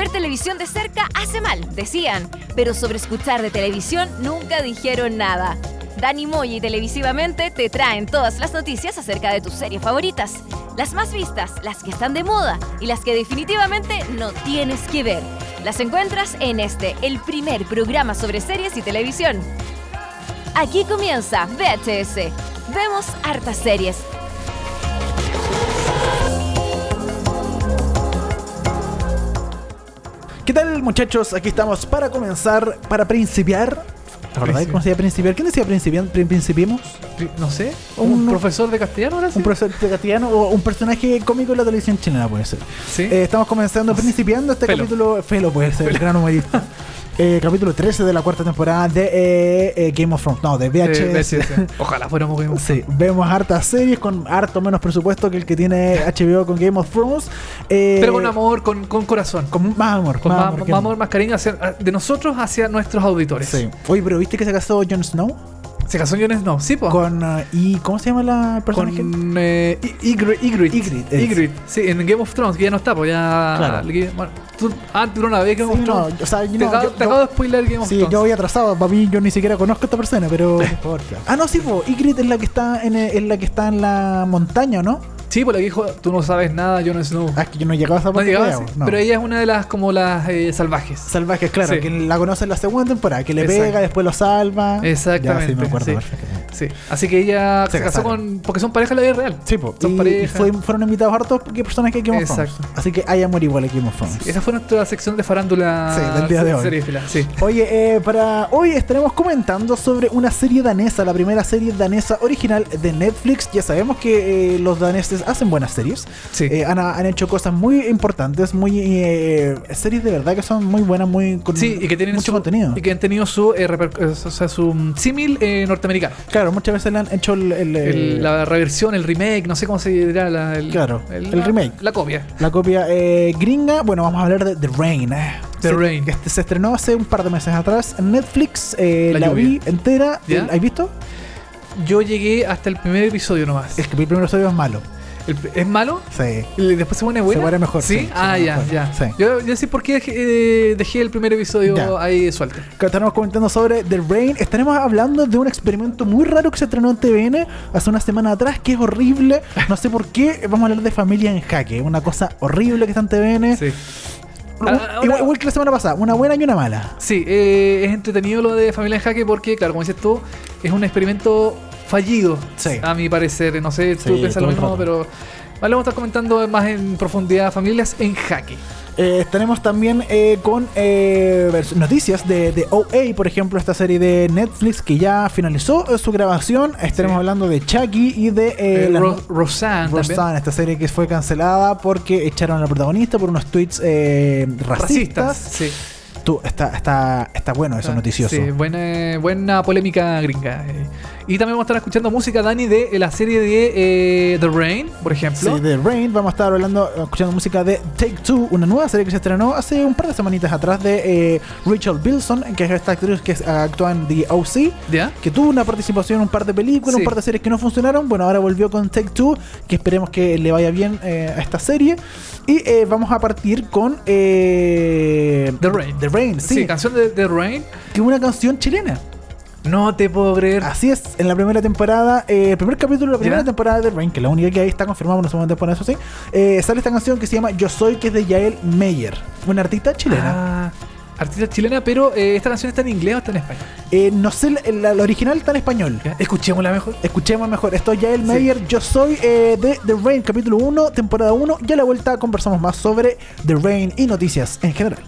ver televisión de cerca hace mal, decían, pero sobre escuchar de televisión nunca dijeron nada. Dani Moy y Televisivamente te traen todas las noticias acerca de tus series favoritas. Las más vistas, las que están de moda y las que definitivamente no tienes que ver. Las encuentras en el primer programa sobre series y televisión. Aquí comienza VHS. Vemos hartas series. ¿Qué tal, muchachos? Aquí estamos para comenzar, para principiar. ¿Te acordás cómo se decía principiar? ¿Quién decía principiemos? No sé. ¿Un profesor de castellano ahora sí? Un profesor de castellano o un personaje cómico de la televisión chilena puede ser. ¿Sí? Estamos comenzando, principiando este capítulo. Felo puede ser, el gran humorista. Capítulo 13 de la cuarta temporada de Game of Thrones. No, de VHS. Ojalá fuéramos Game of Thrones. Sí, vemos hartas series con harto menos presupuesto que el que tiene HBO con Game of Thrones. Pero con amor, con corazón. Con más amor. Con más amor, más cariño de nosotros hacia nuestros auditores. Sí. Oye, pero ¿viste que se casó Jon Snow? ¿Se casó Jon Snow? Sí, pues. Con ¿cómo se llama la personaje? Con Ygritte. Sí, en Game of Thrones, que ya no está, pues ya. Claro. Bueno, tú no la ves Game of Thrones. No, o sea, te acabo de spoiler Game of Thrones. Sí, yo voy atrasado. Para mí, yo ni siquiera conozco a esta persona, pero. No, sí, pues. Ygritte es la que está en la montaña, ¿no? Sí, por la que dijo, tú no sabes nada, Jon Snow. Es que yo no llegaba a esa parte. No. Pero ella es una de las salvajes. Salvajes, claro, sí. Que la conoce en la segunda temporada, que le Exacto. pega, después lo salva. Exactamente. Ya, sí, me acuerdo sí. perfectamente. Sí. Así que ella se casó porque son pareja en la vida real. Sí, pues. Son pareja. Y fueron invitados hartos personas que Game of Thrones. Exacto. Así que hay amor igual a Game of Thrones. Sí, esa fue nuestra sección de farándula del día de hoy. Seriéfila, sí. Oye, para hoy estaremos comentando sobre una serie danesa, la primera serie danesa original de Netflix. Ya sabemos que los daneses hacen buenas series. Sí. Han hecho cosas muy importantes, series de verdad que son muy buenas, y que tienen mucho contenido. Y que han tenido su símil norteamericano. Claro, muchas veces le han hecho la reversión, el remake, no sé cómo se dirá. El remake. La copia. La copia gringa. Bueno, vamos a hablar de The Rain. Rain. Que se estrenó hace un par de meses atrás en Netflix. La vi entera. ¿Has visto? Yo llegué hasta el primer episodio nomás. Es que el primer episodio es malo. ¿Es malo? Sí. ¿Y después se pone bueno? Se pone mejor. ¿Sí? Ya. Sí. Yo sé por qué dejé el primer episodio ahí suelto. Estaremos comentando sobre The Rain. Estaremos hablando de un experimento muy raro que se estrenó en TVN hace una semana atrás, que es horrible. No sé por qué. Vamos a hablar de Familia en Jaque. Una cosa horrible que está en TVN. Sí. Igual que la semana pasada, una buena y una mala. Sí, es entretenido lo de Familia en Jaque porque, claro, como dices tú, es un experimento fallido, a mi parecer. No sé, tú piensas lo mismo, pero vamos a estar comentando más en profundidad Familias en Jaque. Tenemos también con noticias de OA, por ejemplo, esta serie de Netflix que ya finalizó su grabación. Estaremos hablando de Chucky y de Roseanne, esta serie que fue cancelada porque echaron a la protagonista por unos tweets racistas. Sí. Está bueno eso, noticioso. Sí, buena polémica gringa. Y también vamos a estar escuchando música, Dani, de la serie de The Rain, por ejemplo. Sí, The Rain. Vamos a estar escuchando música de Take Two, una nueva serie que se estrenó hace un par de semanitas atrás de Rachel Bilson, que es esta actriz que actúa en The O.C., que tuvo una participación en un par de películas, un par de series que no funcionaron. Bueno, ahora volvió con Take Two, que esperemos que le vaya bien a esta serie. Y vamos a partir con The Rain, sí, canción de The Rain, que es una canción chilena. No te puedo creer. Así es, en la primera temporada, el primer capítulo de la primera temporada de Rain, que es la única que ahí está confirmada en la segunda temporada, eso sí, sale esta canción que se llama Yo Soy, que es de Yael Meyer, una artista chilena. Artista chilena, pero ¿esta canción está en inglés o está en español? No sé, la original está en español. Escuchémosla mejor. Escuchemos mejor. Esto es Yael Meyer, Yo Soy, de The Rain, capítulo 1, temporada 1. Ya a la vuelta conversamos más sobre The Rain y noticias en general.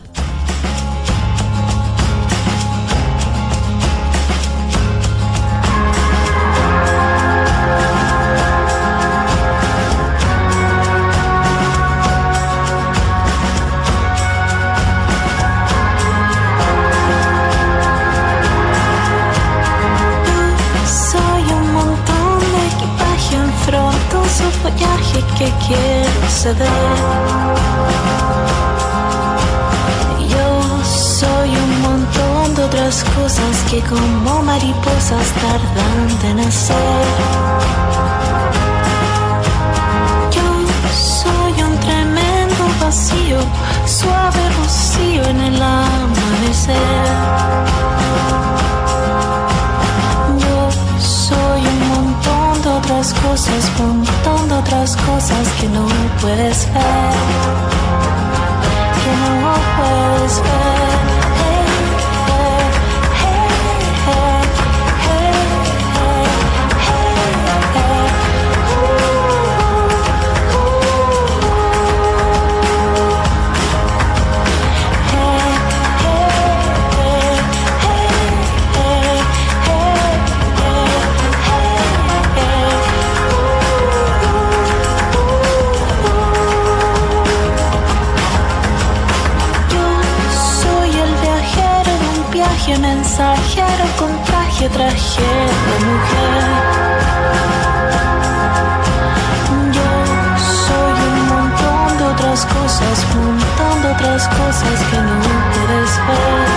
Que quiero ceder. Yo soy un montón de otras cosas que como mariposas tardan en nacer. Yo soy un tremendo vacío, suave rocío otras cosas, un montón de otras cosas que no puedes ver, que no puedes ver. Mensajero con traje de mujer. Yo soy un montón de otras cosas, un montón de otras cosas que no puedes ver.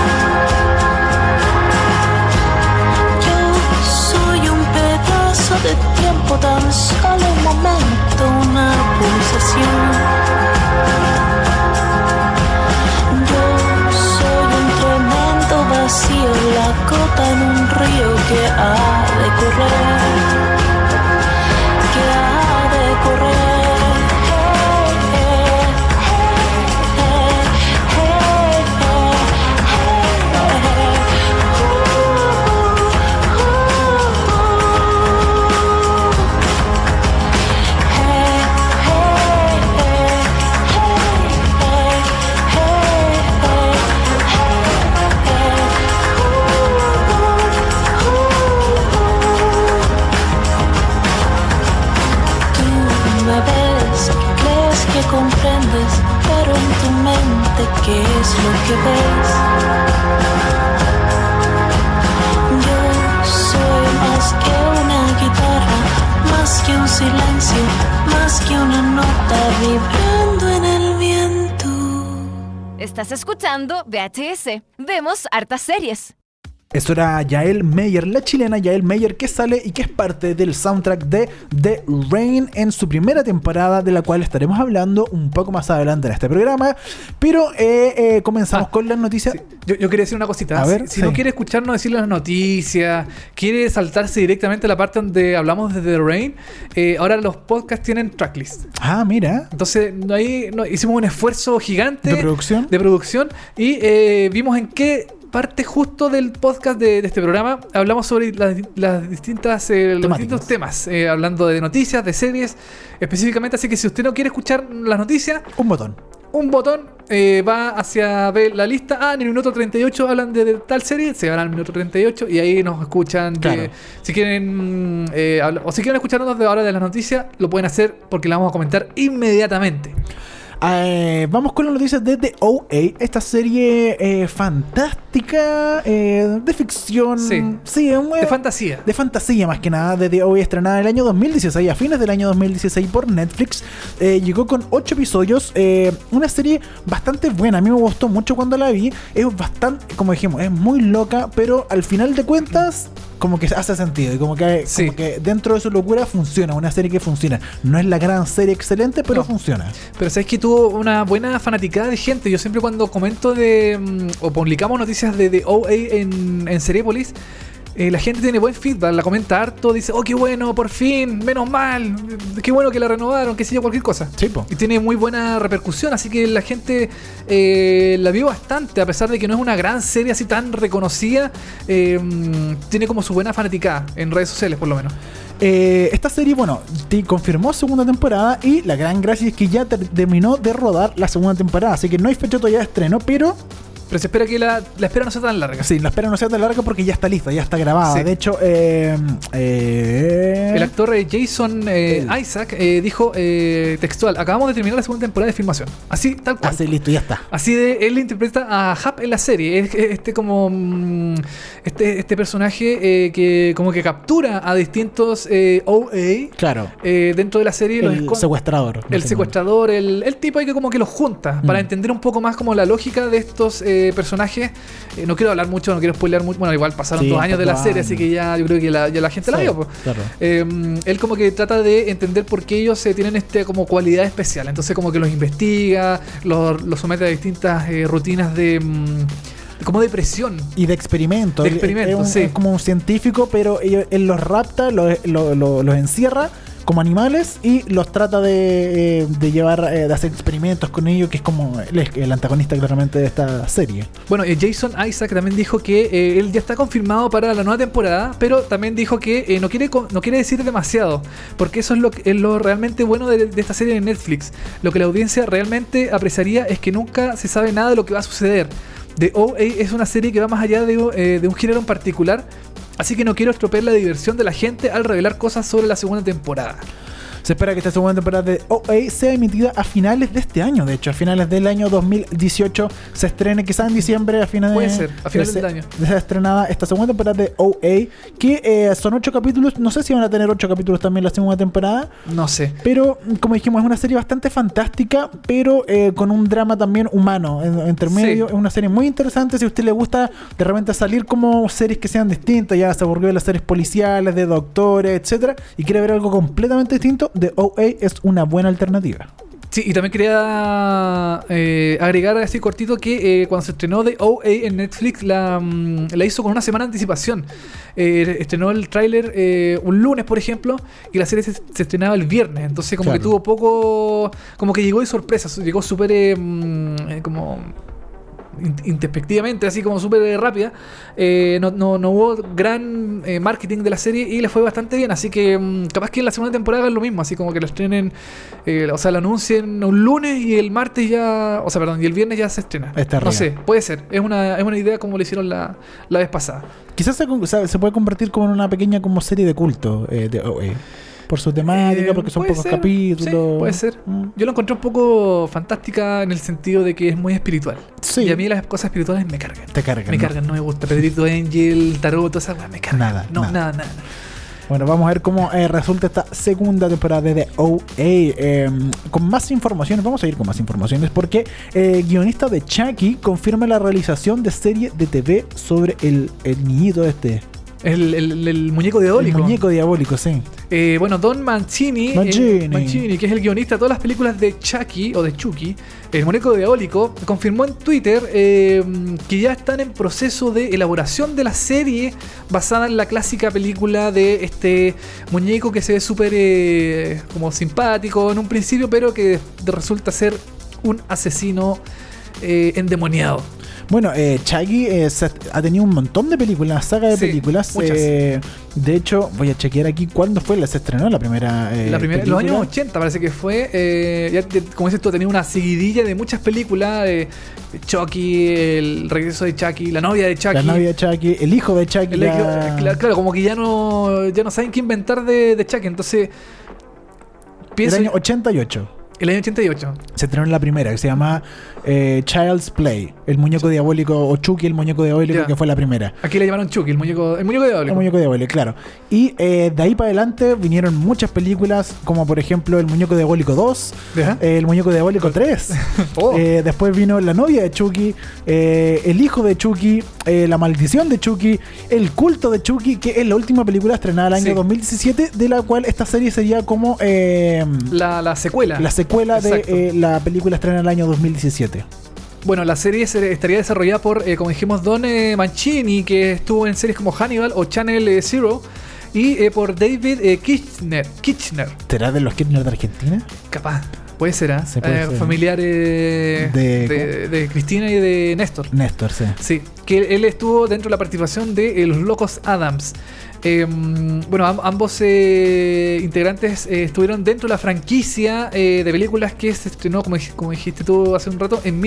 Yo soy un pedazo de tiempo, tan solo un momento, una pulsación. Vacío, la gota en un río que ha de correr, que ha de correr. Comprendes, pero en tu mente, ¿qué es lo que ves? Yo soy más que una guitarra, más que un silencio, más que una nota vibrando en el viento. Estás escuchando VHS. Vemos hartas series. Eso era Yael Meyer, la chilena Yael Meyer, que sale y que es parte del soundtrack de The Rain en su primera temporada, de la cual estaremos hablando un poco más adelante en este programa. Pero comenzamos con las noticias. Sí. Yo quería decir una cosita. A ver, si no quiere escucharnos decir las noticias, quiere saltarse directamente a la parte donde hablamos de The Rain, ahora los podcasts tienen tracklist. Ah, mira. Entonces ahí hicimos un esfuerzo gigante de producción y vimos en qué parte justo del podcast de este programa hablamos sobre las distintas los distintos temas, hablando de noticias, de series específicamente. Así que si usted no quiere escuchar las noticias, un botón va hacia ver la lista. En el minuto 38 hablan de tal serie, se van al minuto 38 y ahí nos escuchan. Claro. Si quieren o si quieren escucharnos de ahora de las noticias, lo pueden hacer porque la vamos a comentar inmediatamente. Vamos con las noticias de The OA, esta serie fantástica, de ficción, de fantasía. De fantasía más que nada, de The OA, estrenada en el año 2016, a fines del año 2016 por Netflix. Llegó con 8 episodios, una serie bastante buena, a mí me gustó mucho cuando la vi. Es bastante, como dijimos, es muy loca, pero al final de cuentas como que hace sentido y como que dentro de su locura funciona, una serie que funciona. No es la gran serie excelente, pero funciona. Pero sabes que tuvo una buena fanaticada de gente. Yo siempre cuando comento o publicamos noticias de The OA en Seriepolis, la gente tiene buen feedback, la comenta harto, dice, oh, qué bueno, por fin, menos mal, qué bueno que la renovaron, qué sé yo, cualquier cosa. Sí, po. Y tiene muy buena repercusión, así que la gente la vio bastante, a pesar de que no es una gran serie así tan reconocida, tiene como su buena fanaticada en redes sociales, por lo menos. Esta serie, te confirmó segunda temporada y la gran gracia es que ya terminó de rodar la segunda temporada, así que no hay fecha todavía de estreno, pero se espera que la espera no sea tan larga. Sí, la espera no sea tan larga porque ya está lista, ya está grabada. Sí. De hecho, el actor Jason Isaac dijo textual: acabamos de terminar la segunda temporada de filmación. Así, tal cual. Así, listo, ya está. Así él interpreta a Hap en la serie. Este personaje que como que captura a distintos OA. Claro. Dentro de la serie. El secuestrador. El secuestrador, el tipo ahí que como que los junta para entender un poco más como la lógica de estos personajes. No quiero hablar mucho, no quiero spoilear mucho. Bueno, igual pasaron 2 años de la serie, así que ya yo creo que ya la gente la vio. Pues. Claro. Él como que trata de entender por qué ellos tienen como cualidad especial. Entonces como que los investiga, los somete a distintas rutinas de como de presión. Y de experimento. Sí. Es como un científico, pero él los rapta, los encierra como animales y los trata de llevar, de hacer experimentos con ellos, que es como el antagonista claramente de esta serie. Bueno, Jason Isaac también dijo que él ya está confirmado para la nueva temporada, pero también dijo que no quiere decir demasiado, porque eso es lo realmente bueno de esta serie de Netflix. Lo que la audiencia realmente apreciaría es que nunca se sabe nada de lo que va a suceder. The OA es una serie que va más allá de un género en particular, así que no quiero estropear la diversión de la gente al revelar cosas sobre la segunda temporada. Se espera que esta segunda temporada de OA sea emitida a finales de este año. De hecho, a finales del año 2018 se estrene, quizás en diciembre, a finales del año. Se estrenada esta segunda temporada de OA, que son 8 capítulos. No sé si van a tener 8 capítulos también la segunda temporada. No sé. Pero, como dijimos, es una serie bastante fantástica, pero con un drama también humano entre medio. Sí. Es una serie muy interesante. Si a usted le gusta de repente salir como series que sean distintas, ya se aburrió de las series policiales, de doctores, etcétera, y quiere ver algo completamente distinto, The OA es una buena alternativa. Sí, y también quería agregar así cortito que cuando se estrenó The OA en Netflix la hizo con una semana de anticipación. Estrenó el tráiler un lunes, por ejemplo, y la serie se estrenaba el viernes. Entonces como que tuvo poco... Como que llegó de sorpresa, llegó súper como... introspectivamente, así como súper rápida. No hubo gran marketing de la serie y le fue bastante bien, así que capaz que en la segunda temporada hagan lo mismo, así como que lo estrenen, o sea, lo anuncien un lunes y el martes ya, y el viernes ya se estrena. No sé, puede ser, es una idea como lo hicieron la vez pasada. Quizás se puede convertir como en una pequeña como serie de culto de OA. Por su temática, porque son pocos capítulos. Sí, puede ser. Yo lo encontré un poco fantástica en el sentido de que es muy espiritual. Sí. Y a mí las cosas espirituales me cargan. Te cargan. Me cargan, no me gusta. Pedrito Angel, Tarot, todas esas cosas me cargan. Nada. Bueno, vamos a ver cómo resulta esta segunda temporada de The OA. Con más informaciones, vamos a ir con más informaciones, porque guionista de Chucky confirma la realización de serie de TV sobre el niñito este. El muñeco diabólico. El muñeco diabólico, sí. Don Mancini, que es el guionista de todas las películas de Chucky o de Chucky, el muñeco diabólico, confirmó en Twitter que ya están en proceso de elaboración de la serie basada en la clásica película de este muñeco que se ve súper como simpático en un principio, pero que resulta ser un asesino endemoniado. Bueno, Chucky ha tenido un montón de películas, saga de películas. Muchas. De hecho, voy a chequear aquí cuándo se estrenó la primera. Los años 80 parece que fue. Ya, como dices tú, ha tenido una seguidilla de muchas películas. Chucky, el regreso de Chucky, la novia de Chucky. La novia de Chucky, el hijo de Chucky. Claro, como que ya no saben qué inventar de Chucky. Entonces, pienso... El año 88. El año 88. Se estrenó la primera, que se llama Child's Play. El muñeco diabólico, o Chucky, el muñeco diabólico, que fue la primera. Aquí le llamaron Chucky, el muñeco diabólico. El muñeco diabólico, claro. Y de ahí para adelante vinieron muchas películas, como por ejemplo El muñeco diabólico 2, El muñeco diabólico 3. Después vino La novia de Chucky, El hijo de Chucky, La maldición de Chucky, El culto de Chucky, que es la última película estrenada el año 2017, de la cual esta serie sería como... la secuela. La secuela de la película estrenada en el año 2017. Bueno, la serie estaría desarrollada por, como dijimos, Don Mancini, que estuvo en series como Hannibal o Channel Zero, y por David Kitchener. ¿Será de los Kirchner de Argentina? Capaz, puede ser, ¿eh? Ser. Familiares de Cristina y de Néstor. Néstor, sí. Sí, que él estuvo dentro de la participación de Los Locos Adams. Ambos integrantes estuvieron dentro de la franquicia de películas que se estrenó, como dijiste tú hace un rato, en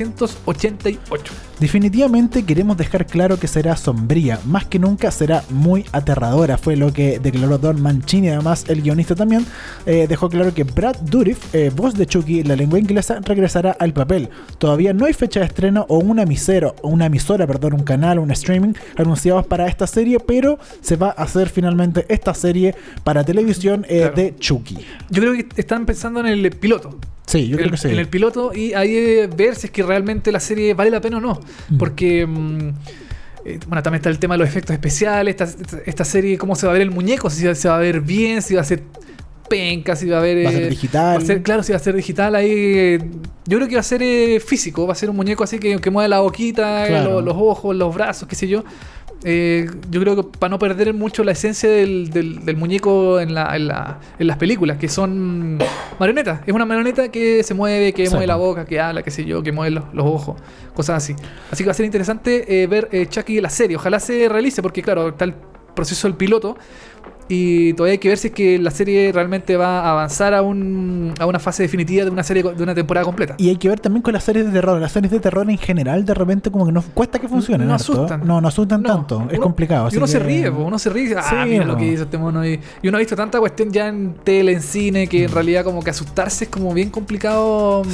1988. Definitivamente queremos dejar claro que será sombría, más que nunca será muy aterradora, fue lo que declaró Don Mancini. Además, el guionista también dejó claro que Brad Dourif, voz de Chucky, la lengua inglesa, regresará al papel. Todavía no hay fecha de estreno o una emisora, un canal, un streaming anunciados para esta serie, pero se va a hacer finalmente esta serie para televisión de Chucky. Yo creo que están pensando en el piloto. Sí, yo creo que sí. En el piloto, y ahí ver si es que realmente la serie vale la pena o no. Porque también está el tema de los efectos especiales, esta serie, cómo se va a ver el muñeco, si se va a ver bien, si va a ser penca, si va a haber... Va a ser digital. Claro, si va a ser digital ahí... yo creo que va a ser físico, va a ser un muñeco así que mueve la boquita, claro. los ojos, los brazos, qué sé yo. Yo creo que para no perder mucho la esencia del muñeco en las películas, que son marionetas. Es una marioneta que se mueve, que mueve la boca, que habla, qué sé yo, que mueve los ojos, cosas así. Así que va a ser interesante ver Chucky la serie. Ojalá se realice, porque claro, está el proceso del piloto y todavía hay que ver si es que la serie realmente va a avanzar a una fase definitiva de una serie, de una temporada completa. Y hay que ver también con las series de terror. Las series de terror en general de repente como que nos cuesta que funcionen. No asustan. No asustan tanto. Es complicado. Y uno se ríe, uno se ríe. Mira lo que hizo este mono. Y uno ha visto tanta cuestión ya en tele, en cine, que en realidad como que asustarse es como bien complicado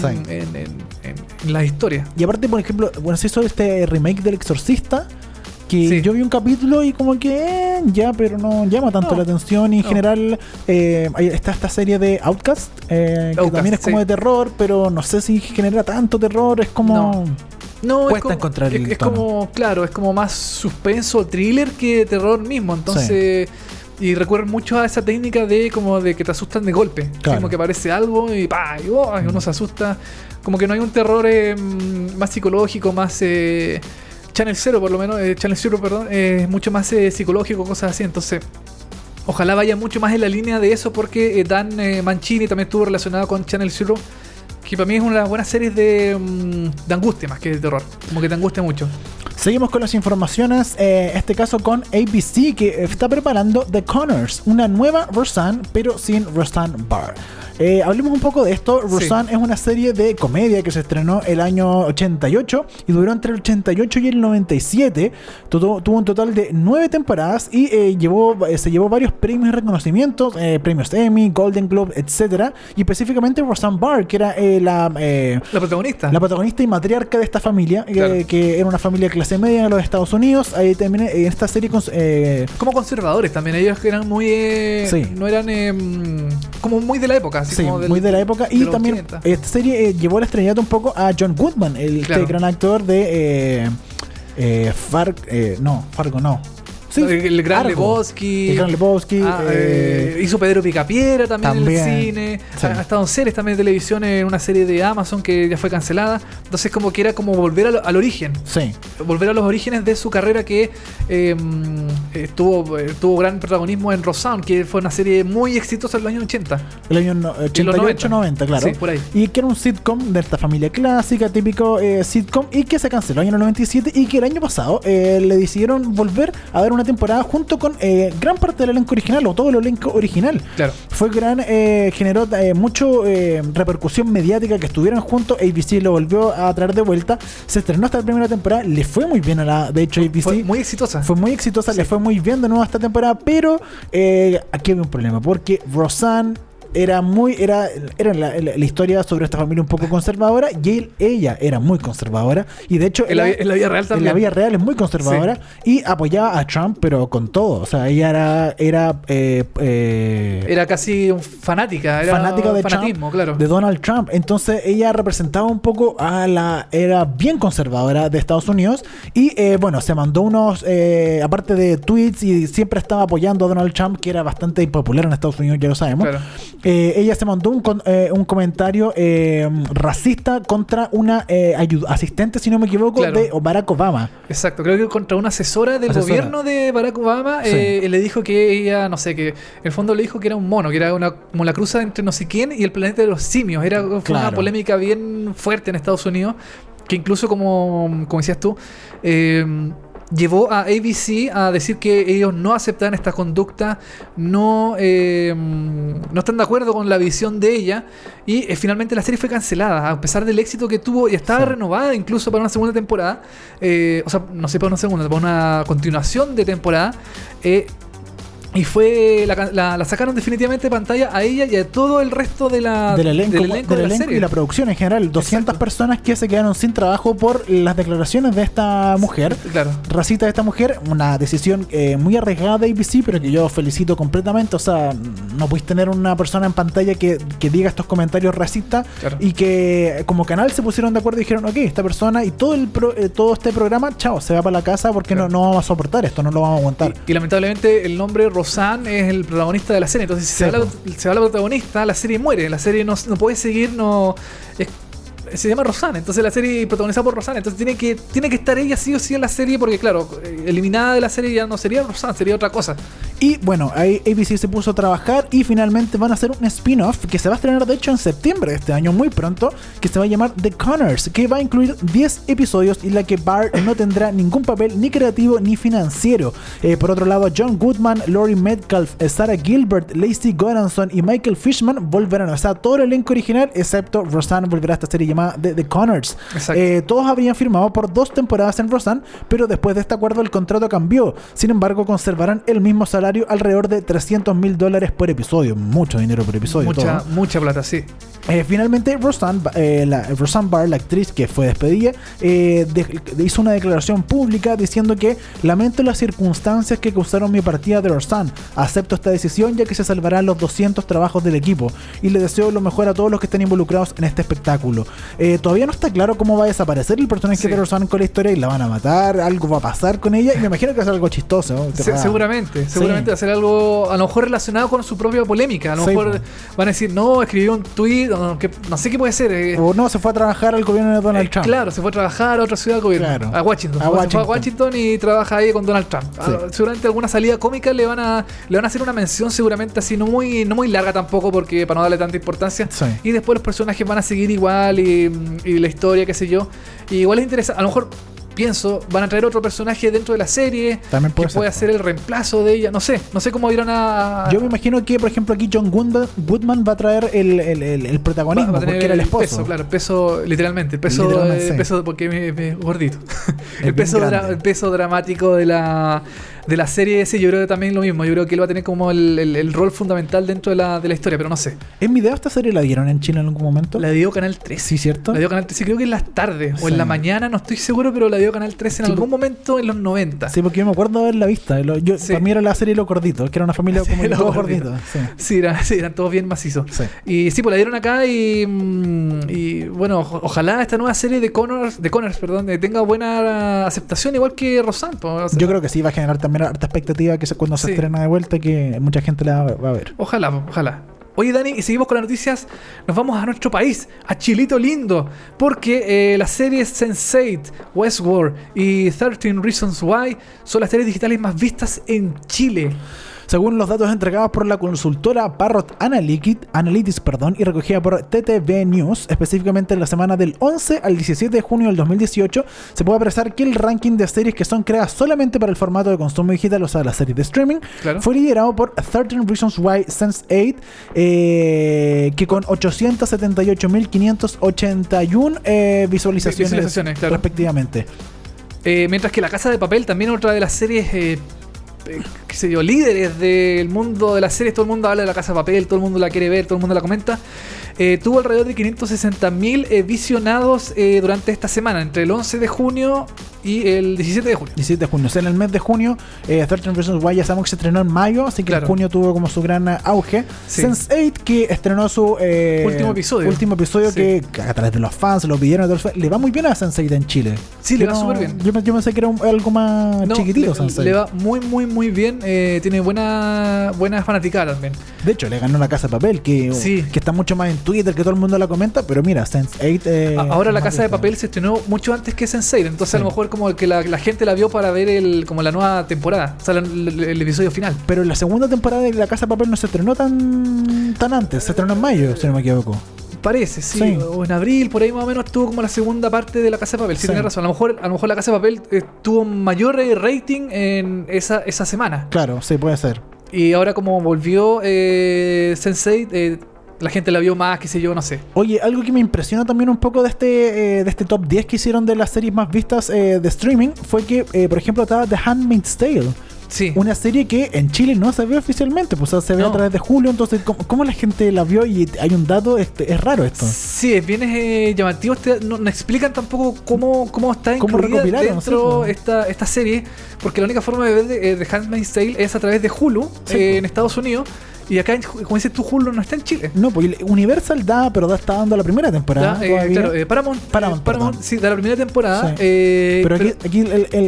en las historias. Y aparte, por ejemplo, bueno, se hizo este remake del Exorcista, que yo vi un capítulo y como que ya, pero no llama tanto la atención. Y en general está esta serie de Outcast, que también es como de terror, pero no sé si genera tanto terror. Es como... No, cuesta encontrar el tono. Como, claro, es como más suspenso, thriller que terror mismo. Entonces... Y recuerdan mucho a esa técnica de que te asustan de golpe. Claro. Como que aparece algo y y uno se asusta. Como que no hay un terror más psicológico, más... Channel Zero, por lo menos, Channel Zero, perdón, es mucho más psicológico, cosas así. Entonces, ojalá vaya mucho más en la línea de eso, porque Dan Mancini también estuvo relacionado con Channel Zero, que para mí es una de las buenas series de angustia más que de terror. Como que te angustia mucho. Seguimos con las informaciones, este caso con ABC, que está preparando The Conners, una nueva Roseanne, pero sin Roseanne Barr. Hablemos un poco de esto. Roseanne es una serie de comedia que se estrenó el año 88 y duró entre el 88 y el 97. Tuvo un total de 9 temporadas y se llevó varios premios y reconocimientos, premios Emmy, Golden Globe, etc. Y específicamente Roseanne Barr, que era la protagonista y matriarca de esta familia, que era una familia clase media en los Estados Unidos. Ahí también en esta serie como conservadores también, ellos eran muy no eran como muy de la época. Sí, muy de la época. Y también 80. Esta serie llevó al estrellato un poco a John Goodman, el gran actor de Fargo no. Sí, el Gran Lebowski. El Gran Lebowski. Hizo Pedro Picapiedra también en el cine. Sí. Ha estado en series también de televisión, en una serie de Amazon que ya fue cancelada. Entonces como que era como volver al origen. Sí. Volver a los orígenes de su carrera, que tuvo gran protagonismo en Roseanne, que fue una serie muy exitosa en los años 80. El año 88-90, claro. Sí, por ahí. Y que era un sitcom de esta familia clásica, típico sitcom, y que se canceló en el año 97 y que el año pasado le decidieron volver a dar una temporada junto con gran parte del elenco original, o todo el elenco original. Claro. Fue generó mucho repercusión mediática que estuvieran juntos. ABC lo volvió a traer de vuelta. Se estrenó esta primera temporada, le fue muy bien de hecho ABC fue muy exitosa. Sí. Le fue muy bien de nuevo esta temporada, pero aquí había un problema, porque Roseanne era la historia sobre esta familia un poco conservadora, y ella era muy conservadora, y de hecho en la vida real también. En la vida real es muy conservadora, y apoyaba a Trump, pero con todo. O sea, ella era casi fanática de fanatismo, Trump, claro, de Donald Trump. Entonces ella representaba un poco era bien conservadora de Estados Unidos, y se mandó unos aparte de tweets, y siempre estaba apoyando a Donald Trump, que era bastante impopular en Estados Unidos, ya lo sabemos. Claro. Ella se mandó un comentario racista contra una asistente, si no me equivoco, de Barack Obama. Exacto, creo que contra una asesora del gobierno de Barack Obama. Le dijo que ella, no sé, que en el fondo le dijo que era un mono, que era como la cruza entre no sé quién y el planeta de los simios. Fue una polémica bien fuerte en Estados Unidos, que incluso como decías tú, llevó a ABC a decir que ellos no aceptan esta conducta, no están de acuerdo con la visión de ella, y finalmente la serie fue cancelada a pesar del éxito que tuvo, y estaba renovada incluso para una segunda temporada, no sé, para una segunda, para una continuación de temporada, y la sacaron definitivamente de pantalla a ella y a todo el resto del elenco de la serie. Y la producción en general. 200 personas que se quedaron sin trabajo por las declaraciones de esta mujer, racista de esta mujer. Una decisión muy arriesgada de ABC, pero que yo felicito completamente. O sea, no puedes tener una persona en pantalla que diga estos comentarios racistas, y que como canal se pusieron de acuerdo y dijeron, ok, esta persona y todo este programa, chao, se va para la casa, porque no vamos a soportar esto, no lo vamos a aguantar. Y lamentablemente el nombre Roseanne es el protagonista de la serie. Entonces, si se va la protagonista, la serie muere. La serie no puede seguir, se llama Roseanne, entonces la serie protagonizada por Roseanne, entonces tiene que estar ella sí o sí en la serie, porque claro, eliminada de la serie ya no sería Roseanne, sería otra cosa. Y bueno, ahí ABC se puso a trabajar y finalmente van a hacer un spin-off que se va a estrenar de hecho en septiembre de este año, muy pronto, que se va a llamar The Conners, que va a incluir 10 episodios y la que Bart no tendrá ningún papel ni creativo ni financiero. Por otro lado, John Goodman, Laurie Metcalf, Sarah Gilbert, Lacey Goranson y Michael Fishman volverán, o sea, todo el elenco original excepto Roseanne volverá a esta serie llamada The Conners. Todos habrían firmado por 2 temporadas en Roseanne, pero después de este acuerdo el contrato cambió. Sin embargo, conservarán el mismo salario, alrededor de $300,000 por episodio. Mucho dinero por episodio. Mucha plata, sí. Finalmente, Roseanne Barr, la actriz que fue despedida, hizo una declaración pública diciendo que lamento las circunstancias que causaron mi partida de Roseanne. Acepto esta decisión ya que se salvarán los 200 trabajos del equipo y le deseo lo mejor a todos los que están involucrados en este espectáculo. Todavía no está claro cómo va a desaparecer el personaje de Roseanne con la historia y la van a matar, algo va a pasar con ella y me imagino que va a ser algo chistoso. Seguramente va a ser algo a lo mejor relacionado con su propia polémica. A lo mejor van a decir, no, escribió un tweet, no sé qué puede ser. O no, se fue a trabajar al gobierno de Donald Trump. Claro, se fue a trabajar a otra ciudad del gobierno, a Washington. Se fue a Washington y trabaja ahí con Donald Trump. Seguramente alguna salida cómica le van a hacer una mención, seguramente así, no muy larga tampoco, porque para no darle tanta importancia. Y después los personajes van a seguir igual y la historia, qué sé yo. Y igual es interesante. A lo mejor van a traer otro personaje dentro de la serie que puede hacer el reemplazo de ella. No sé cómo irán a... Yo me imagino que, por ejemplo, aquí John Goodman va a traer el protagonismo, porque era el esposo. Peso, claro, peso, literalmente. El peso porque me gordito. el peso dramático de la serie ese, yo creo que también lo mismo. Yo creo que él va a tener como el rol fundamental dentro de la historia, pero no sé. ¿En video esta serie la dieron en Chile en algún momento? La dio Canal 13. Sí, ¿cierto? La dio Canal 13, creo que en las tardes o en la mañana, no estoy seguro, pero la dio Canal 13 en algún momento en los 90. Sí, porque yo me acuerdo de haberla vista. Para mí era la serie Los Gorditos, que era una familia como todos gorditos. Sí, eran todos bien macizos. Y sí, pues la dieron acá y bueno, ojalá esta nueva serie de Conners, tenga buena aceptación, igual que Roseanne. Yo creo que sí, va a generar también harta expectativa que cuando se estrena de vuelta, que mucha gente la va a ver. Ojalá. Oye, Dani, y seguimos con las noticias. Nos vamos a nuestro país, a Chilito lindo, porque las series Sense8, Westworld y 13 Reasons Why son las series digitales más vistas en Chile. Según los datos entregados por la consultora Parrot Analytics, y recogida por TTV News, específicamente en la semana del 11 al 17 de junio del 2018, se puede apreciar que el ranking de series que son creadas solamente para el formato de consumo digital, o sea, las series de streaming, fue liderado por 13 Reasons Why Sense8, que con 878.581 visualizaciones respectivamente. Mientras que La Casa de Papel, también otra de las series... qué sé yo, líderes del mundo de las series, todo el mundo habla de La Casa de Papel, todo el mundo la quiere ver, todo el mundo la comenta. Tuvo alrededor de 560.000 visionados durante esta semana, entre el 11 de junio y el 17 de junio. 17 de junio, o sea, en el mes de junio, 13 Reasons Why ya sabemos que se estrenó en mayo, así que en junio tuvo como su gran auge. Sense8, que estrenó su último episodio, que a través de los fans lo pidieron, le va muy bien a Sense8 en Chile. Sí, le va súper bien. Yo pensé que era algo más chiquitito. Le va muy bien, tiene buena fanaticada también. De hecho, le ganó La Casa de Papel, que está mucho más en Twitter, que todo el mundo la comenta, pero mira, Sense8... ahora La Casa de Papel se estrenó mucho antes que Sense8, entonces a lo mejor como que la gente la vio para ver como la nueva temporada, o sea, el episodio final. Pero la segunda temporada de La Casa de Papel no se estrenó tan antes, se estrenó en mayo, si no me equivoco. Parece, sí, o en abril, por ahí más o menos tuvo como la segunda parte de La Casa de Papel. Sí, tienes razón. A lo mejor La Casa de Papel tuvo mayor rating en esa semana. Claro, sí, puede ser. Y ahora como volvió Sense8, la gente la vio más, qué sé yo, no sé. Oye, algo que me impresionó también un poco de este top 10 que hicieron de las series más vistas de streaming fue que, por ejemplo, estaba The Handmaid's Tale. Sí. Una serie que en Chile no se ve oficialmente, pues se ve a través de julio, entonces ¿cómo la gente la vio? Y hay un dato, es raro esto. Sí, es bien llamativo, no explican tampoco cómo está incluida dentro esta serie, porque la única forma de ver The Handmaid's Tale es a través de Hulu en Estados Unidos. Y acá, como dices tú, Hulu no está en Chile. No, pues Universal está dando la primera temporada. Claro, Paramount sí, da la primera temporada. Sí. Pero aquí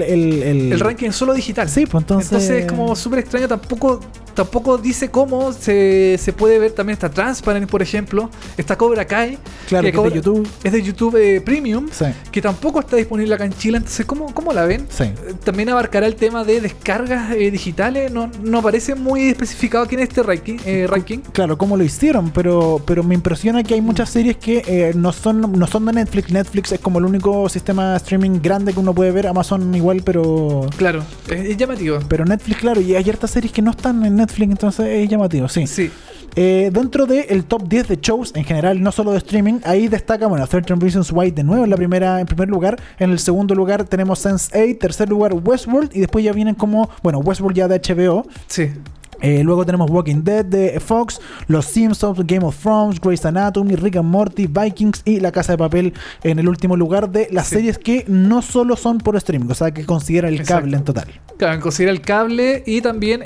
el ranking es solo digital. Sí, pues entonces es como súper extraño. Tampoco dice cómo se puede ver. También está Transparent, por ejemplo. Está Cobra Kai. Claro, que es de YouTube. Es de YouTube Premium. Sí. Que tampoco está disponible acá en Chile. Entonces, ¿cómo la ven? Sí. También abarcará el tema de descargas digitales. No aparece muy especificado aquí en este ranking. Claro, cómo lo hicieron. Pero me impresiona que hay muchas series que no son de Netflix. Netflix es como el único sistema de streaming grande que uno puede ver. Amazon igual, pero... Claro, es llamativo. Pero Netflix, claro, y hay hartas series que no están en Netflix, entonces es llamativo, sí. Dentro del top 10 de shows en general, no solo de streaming, ahí destaca, 13 Reasons Why de nuevo en primer lugar. En el segundo lugar tenemos Sense8, tercer lugar Westworld, y después ya vienen como, Westworld ya de HBO. Sí. Luego tenemos Walking Dead de Fox, Los Simpsons, Game of Thrones, Grey's Anatomy, Rick and Morty, Vikings y La Casa de Papel en el último lugar de las series que no solo son por streaming, o sea que considera el cable en total. Claro, considera el cable y también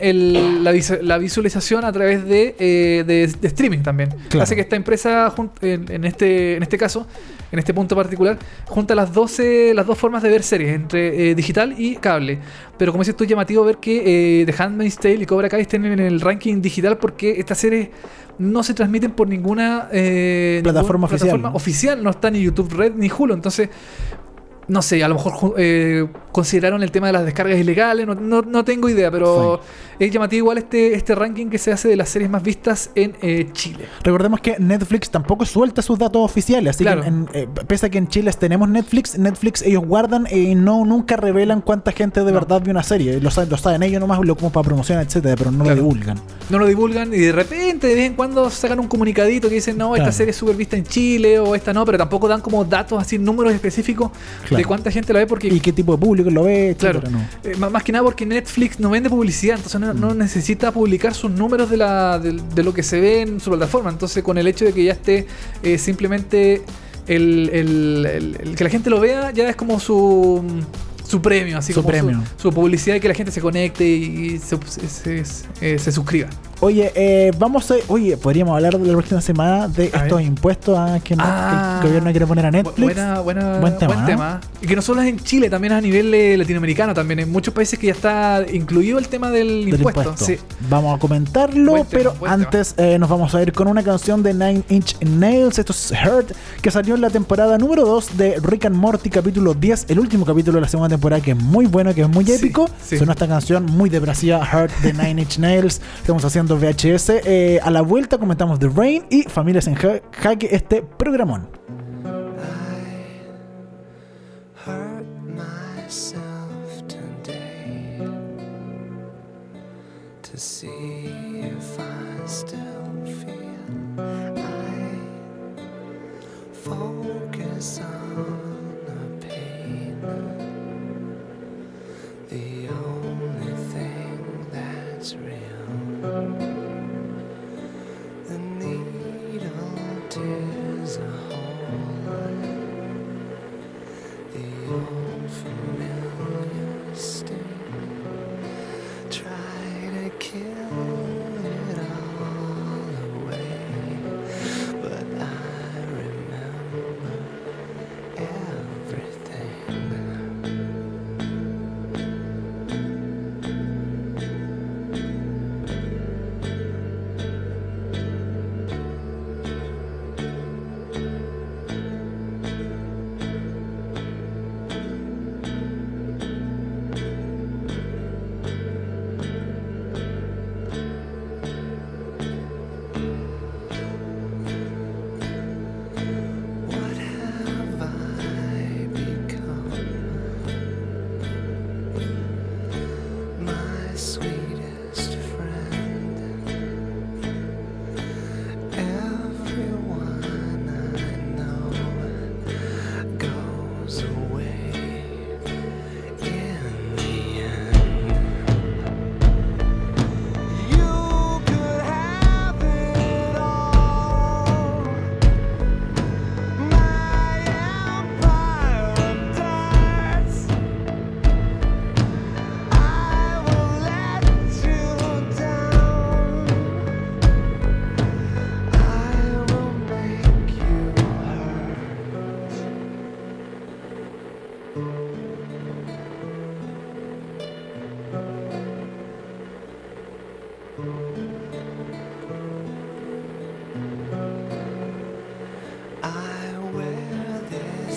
la visualización a través de streaming también. Claro. Hace que esta empresa, en este caso, en este punto particular, junta las dos formas de ver series, entre digital y cable. Pero como dices tú, es llamativo ver que The Handmaid's Tale y Cobra Kai estén en el ranking digital porque estas series no se transmiten por ninguna plataforma oficial. No está ni YouTube Red ni Hulu. Entonces, no sé, a lo mejor consideraron el tema de las descargas ilegales, no tengo idea, pero es llamativo igual este ranking que se hace de las series más vistas en Chile. Recordemos que Netflix tampoco suelta sus datos oficiales, así claro. Que pese a que en Chile tenemos Netflix ellos guardan y nunca revelan cuánta gente de verdad vio una serie. Lo saben ellos nomás, como para promocionar, etcétera, pero no lo divulgan. No lo divulgan y de repente, de vez en cuando sacan un comunicadito que dicen, esta serie es súper vista en Chile o esta no, pero tampoco dan como datos así, números específicos de cuánta gente la ve porque... Y qué tipo de público lo ve, etcétera, claro. Más que nada porque Netflix no vende publicidad, entonces no necesita publicar sus números de lo que se ve en su plataforma. Entonces, con el hecho de que ya esté simplemente el que la gente lo vea, ya es como su premio, así como su publicidad y que la gente se conecte y se suscriba. Oye, podríamos hablar de la próxima semana de estos impuestos que el gobierno quiere poner a Netflix. Buen tema. Y que no solo es en Chile, también es a nivel latinoamericano, también en muchos países que ya está incluido el tema del impuesto. Sí. Vamos a comentarlo, pero antes nos vamos a ir con una canción de Nine Inch Nails. Esto es Hurt, que salió en la temporada número 2 de Rick and Morty, capítulo 10, el último capítulo de la segunda temporada, que es muy bueno, que es muy épico. Suena esta canción muy depresiva, Hurt de Nine Inch Nails. Estamos haciendo VHS. A la vuelta comentamos The Rain y Familias en Jaque, este programón.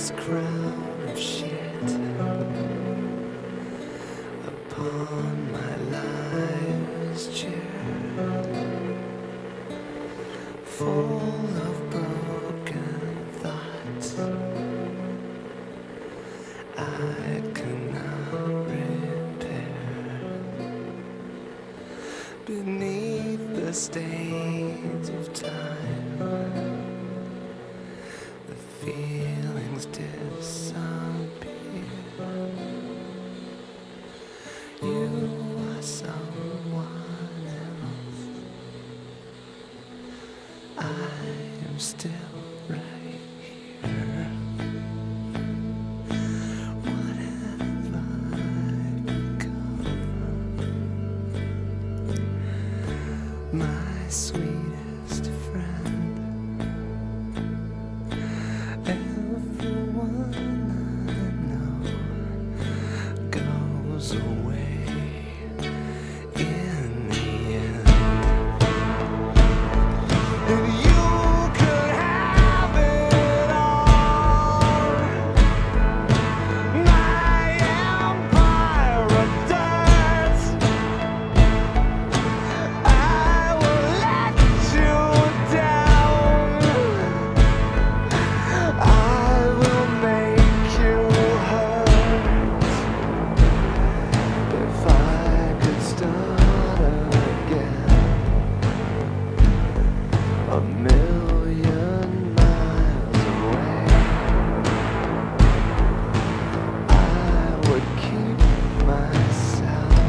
this crown of shit upon my life's chair, full of broken thoughts I cannot repair. Beneath the stains of time, the feelings disappear. You are someone else. I am still right here. What have I become? My sweetest friend. Everyone I know goes away in the end. And you could have it all. My empire of dirt. I will let you down. I will make you hurt. If I could start again, a million miles away, I would keep myself.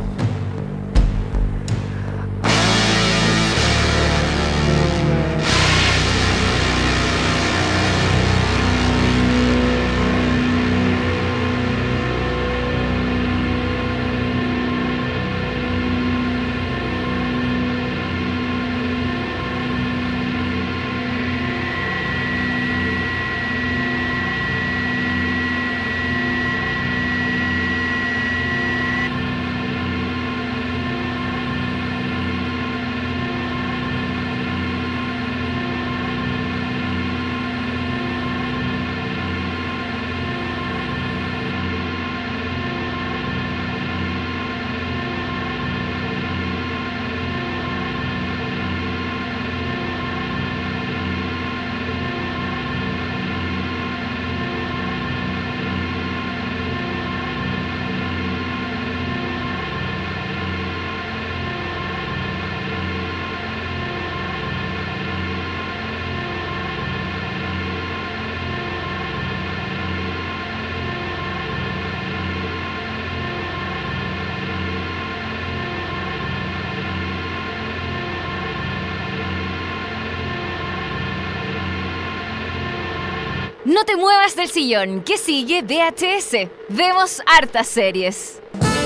No te muevas del sillón. ¿Qué sigue? VHS. Vemos hartas series.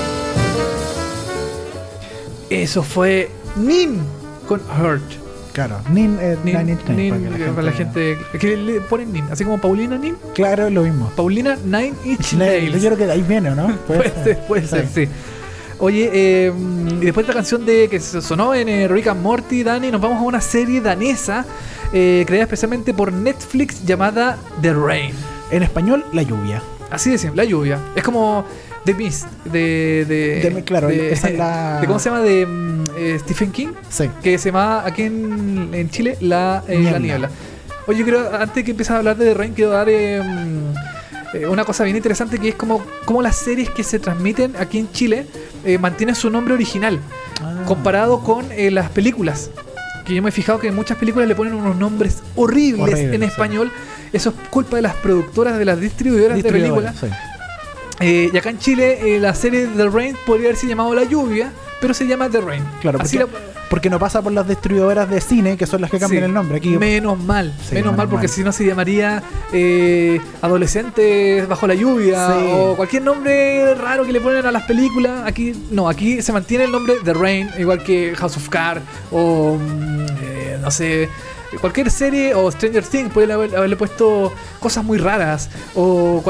Eso fue Nin con Hurt. Claro, Nin, Nine Inch Nails. Nin, para la gente que le ponen Nin, así como Paulina Nin. Claro, es lo mismo. Paulina Nine Inch Nails. Yo creo que de ahí viene, ¿no? Puede ser, sí. Oye, y después de la canción que sonó en Rick and Morty, Dani, nos vamos a una serie danesa creada especialmente por Netflix llamada The Rain. En español, La Lluvia. Así de simple, La Lluvia. Es como The Mist claro, esa es la... ¿cómo se llama? De Stephen King. Sí. Que se llama aquí en Chile La Niebla. Oye, yo creo, antes de que empieces a hablar de The Rain, quiero dar una cosa bien interesante, que es como las series que se transmiten aquí en Chile mantienen su nombre original comparado con las películas. Que yo me he fijado que en muchas películas le ponen unos nombres horribles en español. Sí. Eso es culpa de las productoras, de las distribuidoras de películas. Sí. Y acá en Chile la serie The Rain podría haberse llamado La Lluvia, pero se llama The Rain. Claro, porque no pasa por las distribuidoras de cine, que son las que cambian el nombre. Aquí, menos mal, porque si no se llamaría Adolescentes bajo la lluvia, o cualquier nombre raro que le ponen a las películas. Aquí no, aquí se mantiene el nombre The Rain, igual que House of Cards o no sé, cualquier serie, o Stranger Things, pueden haberle puesto cosas muy raras, o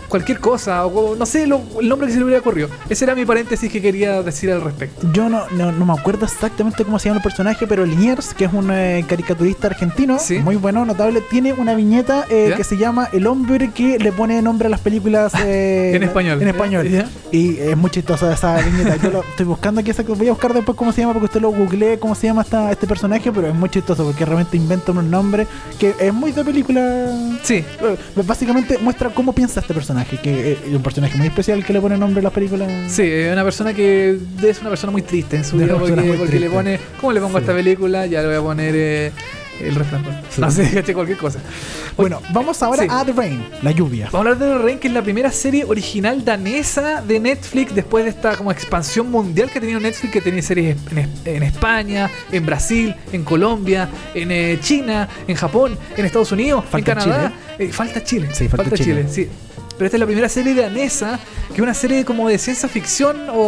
cualquier cosa, o no sé el nombre que se le hubiera ocurrido. Ese era mi paréntesis que quería decir al respecto. Yo no me acuerdo exactamente cómo se llama el personaje, pero Liniers, que es un caricaturista argentino, muy bueno, notable, tiene una viñeta que se llama El hombre que le pone nombre a las películas en español. En español. Y es muy chistosa esa viñeta. Yo lo estoy buscando aquí, voy a buscar después cómo se llama, porque usted lo googlee cómo se llama este personaje, pero es muy chistoso porque realmente inventa un nombre que es muy de película. Sí. Básicamente muestra cómo piensa este personaje, que es un personaje muy especial que le pone nombre a las películas. Sí, es una persona que es una persona muy triste en su vida porque le pone, ¿cómo le pongo a esta película? Ya le voy a poner El Resplandor. Sí. No sé, cualquier cosa. Bueno, vamos ahora a The Rain, La Lluvia. Vamos a hablar de The Rain, que es la primera serie original danesa de Netflix después de esta como expansión mundial que ha tenido Netflix, que tiene series en España, en Brasil, en Colombia, en China, en Japón, en Estados Unidos, en Canadá. Falta Chile. Sí, falta Chile. Sí. Pero esta es la primera serie danesa, que es una serie como de ciencia ficción o...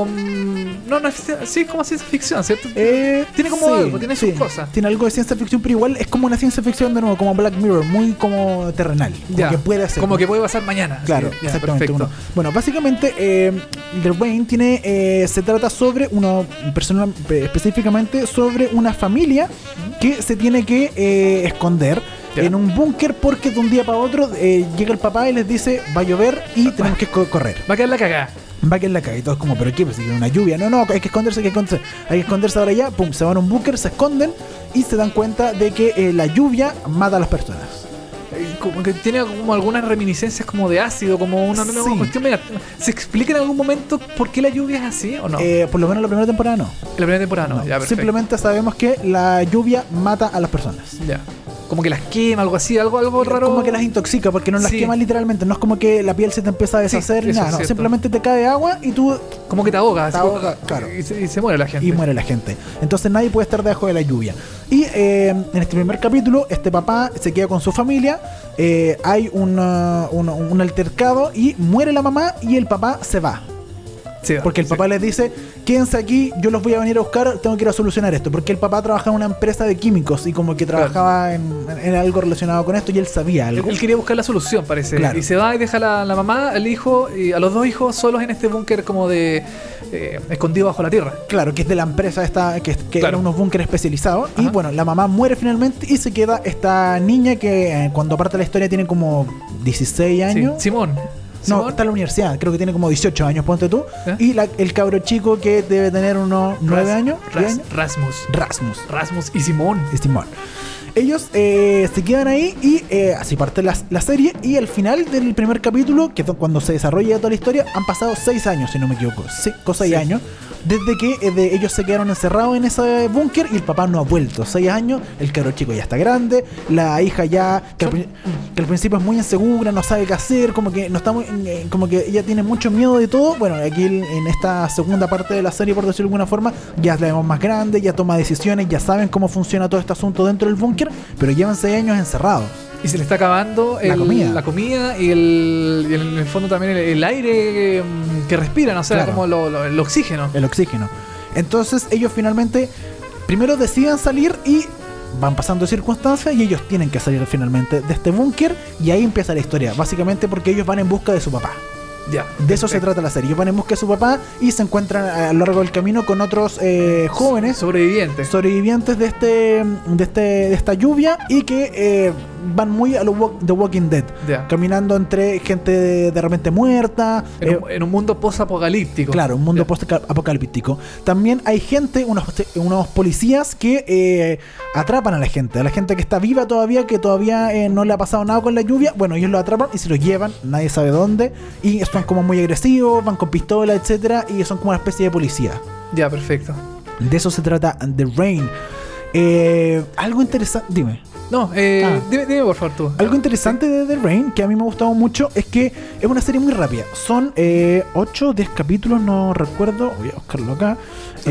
sí, es como ciencia ficción, ¿cierto? Tiene como algo, tiene sus cosas. Tiene algo de ciencia ficción, pero igual es como una ciencia ficción de nuevo, como Black Mirror, muy como terrenal. Como que puede hacer. Como que puede pasar mañana. Claro, sí, exactamente. Bueno, básicamente The Rain se trata sobre específicamente sobre una familia que se tiene que esconder en un búnker porque de un día para otro llega el papá y les dice va a llover y tenemos que correr. Va a quedar la cagada. Va a quedar la cagada y todos como, ¿pero qué? Pues una lluvia. No, hay que esconderse, hay que esconderse ahora ya. Pum, se van a un búnker, se esconden y se dan cuenta de que la lluvia mata a las personas. Como que tiene como algunas reminiscencias como de ácido, como una cuestión media. ¿Se explica en algún momento por qué la lluvia es así o no? Por lo menos en la primera temporada no. En la primera temporada no. Ya, simplemente sabemos que la lluvia mata a las personas. Ya. Como que las quema, algo así, algo raro. Como que las intoxica, porque no las quema literalmente. No es como que la piel se te empieza a deshacer ni nada. No, simplemente te cae agua y tú... Como que te ahogas. Claro. Y se muere la gente. Y muere la gente. Entonces nadie puede estar debajo de la lluvia. Y en este primer capítulo, este papá se queda con su familia. Hay un altercado y muere la mamá y el papá se va. Porque el papá les dice, quédense aquí, yo los voy a venir a buscar, tengo que ir a solucionar esto. Porque el papá trabajaba en una empresa de químicos y como que trabajaba en algo relacionado con esto y él sabía algo. Él quería buscar la solución, parece. Claro. Y se va y deja a la mamá, el hijo y a los dos hijos solos en este búnker como de... escondido bajo la tierra. Claro, que es de la empresa esta, que eran unos búnkeres especializados. Ajá. Y bueno, la mamá muere finalmente y se queda esta niña que cuando parte la historia tiene como 16 años. Sí. Simón. No, está en la universidad, creo que tiene como 18 años, ponte tú. Y el cabro chico que debe tener unos 9 años. Rasmus y Simón. Ellos se quedan ahí y así parte la serie. Y al final del primer capítulo, que es cuando se desarrolla toda la historia, han pasado 6 años, si no me equivoco. 6 años. Desde que ellos se quedaron encerrados en ese búnker y el papá no ha vuelto. 6 años, el cabro chico ya está grande, la hija ya, que al principio es muy insegura, no sabe qué hacer, como que no está como que ella tiene mucho miedo de todo. Bueno, aquí en esta segunda parte de la serie, por decirlo de alguna forma, ya la vemos más grande, ya toma decisiones, ya saben cómo funciona todo este asunto dentro del búnker, pero llevan 6 años encerrados. Y se le está acabando la comida y en el fondo también el aire que respiran, o sea, como el oxígeno. El oxígeno. Entonces ellos finalmente primero deciden salir y van pasando circunstancias y ellos tienen que salir finalmente de este búnker y ahí empieza la historia. Básicamente porque ellos van en busca de su papá. De eso se trata la serie. Ellos van en busca de su papá y se encuentran a lo largo del camino con otros jóvenes sobrevivientes de esta lluvia y que van muy a lo The Walking Dead, caminando entre gente de repente muerta en un mundo post-apocalíptico. Claro, un mundo post-apocalíptico. También hay gente, unos policías que atrapan a la gente que está viva todavía, que todavía no le ha pasado nada con la lluvia. Bueno, ellos lo atrapan y se lo llevan, nadie sabe dónde, y son como muy agresivos, van con pistola, etcétera, y son como una especie de policía. Ya, perfecto. De eso se trata The Rain. Algo interesante, dime. No, dime por favor tú. Algo interesante de The Rain, que a mí me ha gustado mucho, es que es una serie muy rápida. Son 8 o 10 capítulos, no recuerdo. Voy a buscarlo acá.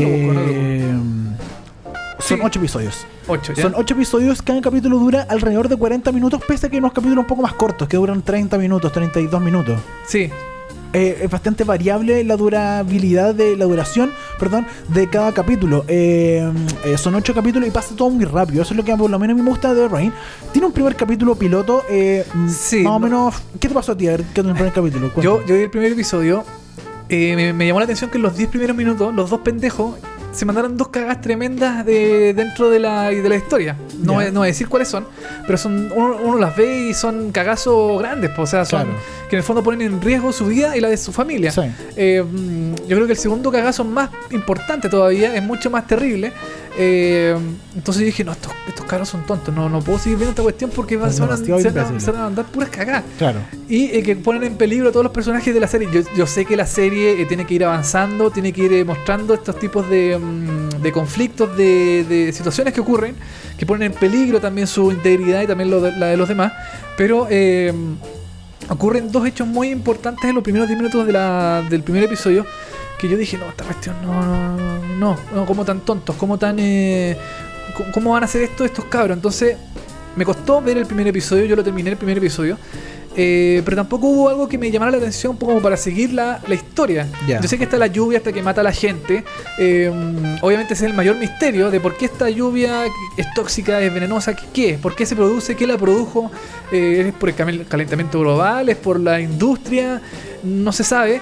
Son 8 episodios. 8, ¿ya? Son 8 episodios, cada capítulo dura alrededor de 40 minutos, pese a que hay unos capítulos un poco más cortos, que duran 30 minutos, 32 minutos. Sí. es bastante variable la durabilidad de la duración, de cada capítulo. Son 8 capítulos y pasa todo muy rápido. Eso es lo que por lo menos a mí me gusta de Rain. Tiene un primer capítulo piloto, sí, más o menos. ¿Qué te pasó a ti? A ver, ¿qué es el primer capítulo? Yo vi el primer episodio. Me llamó la atención que en los 10 primeros minutos los dos pendejos se mandaron 2 cagas tremendas dentro de la historia. No voy a decir cuáles son, pero son uno las ve y son cagazos grandes, o sea, son que en el fondo ponen en riesgo su vida y la de su familia. Sí. Yo creo que el segundo cagazo más importante todavía, es mucho más terrible. Entonces yo dije, no, estos caros son tontos, no puedo seguir viendo esta cuestión porque se van a mandar puras cagadas. Claro. Y que ponen en peligro a todos los personajes de la serie. Yo sé que la serie tiene que ir avanzando, tiene que ir mostrando estos tipos de conflictos, de situaciones que ocurren, que ponen en peligro también su integridad y también la de los demás. Pero ocurren 2 hechos muy importantes en los primeros 10 minutos del primer episodio, que yo dije, no, esta cuestión no, como tan tontos, como tan... ¿Cómo van a hacer esto estos cabros? Entonces, me costó ver el primer episodio, yo lo terminé el primer episodio, pero tampoco hubo algo que me llamara la atención un poco como para seguir la historia. Yeah. Yo sé que está la lluvia hasta que mata a la gente, obviamente ese es el mayor misterio de por qué esta lluvia es tóxica, es venenosa, ¿qué es? ¿Por qué se produce? ¿Qué la produjo? ¿Es por el calentamiento global? ¿Es por la industria? No se sabe.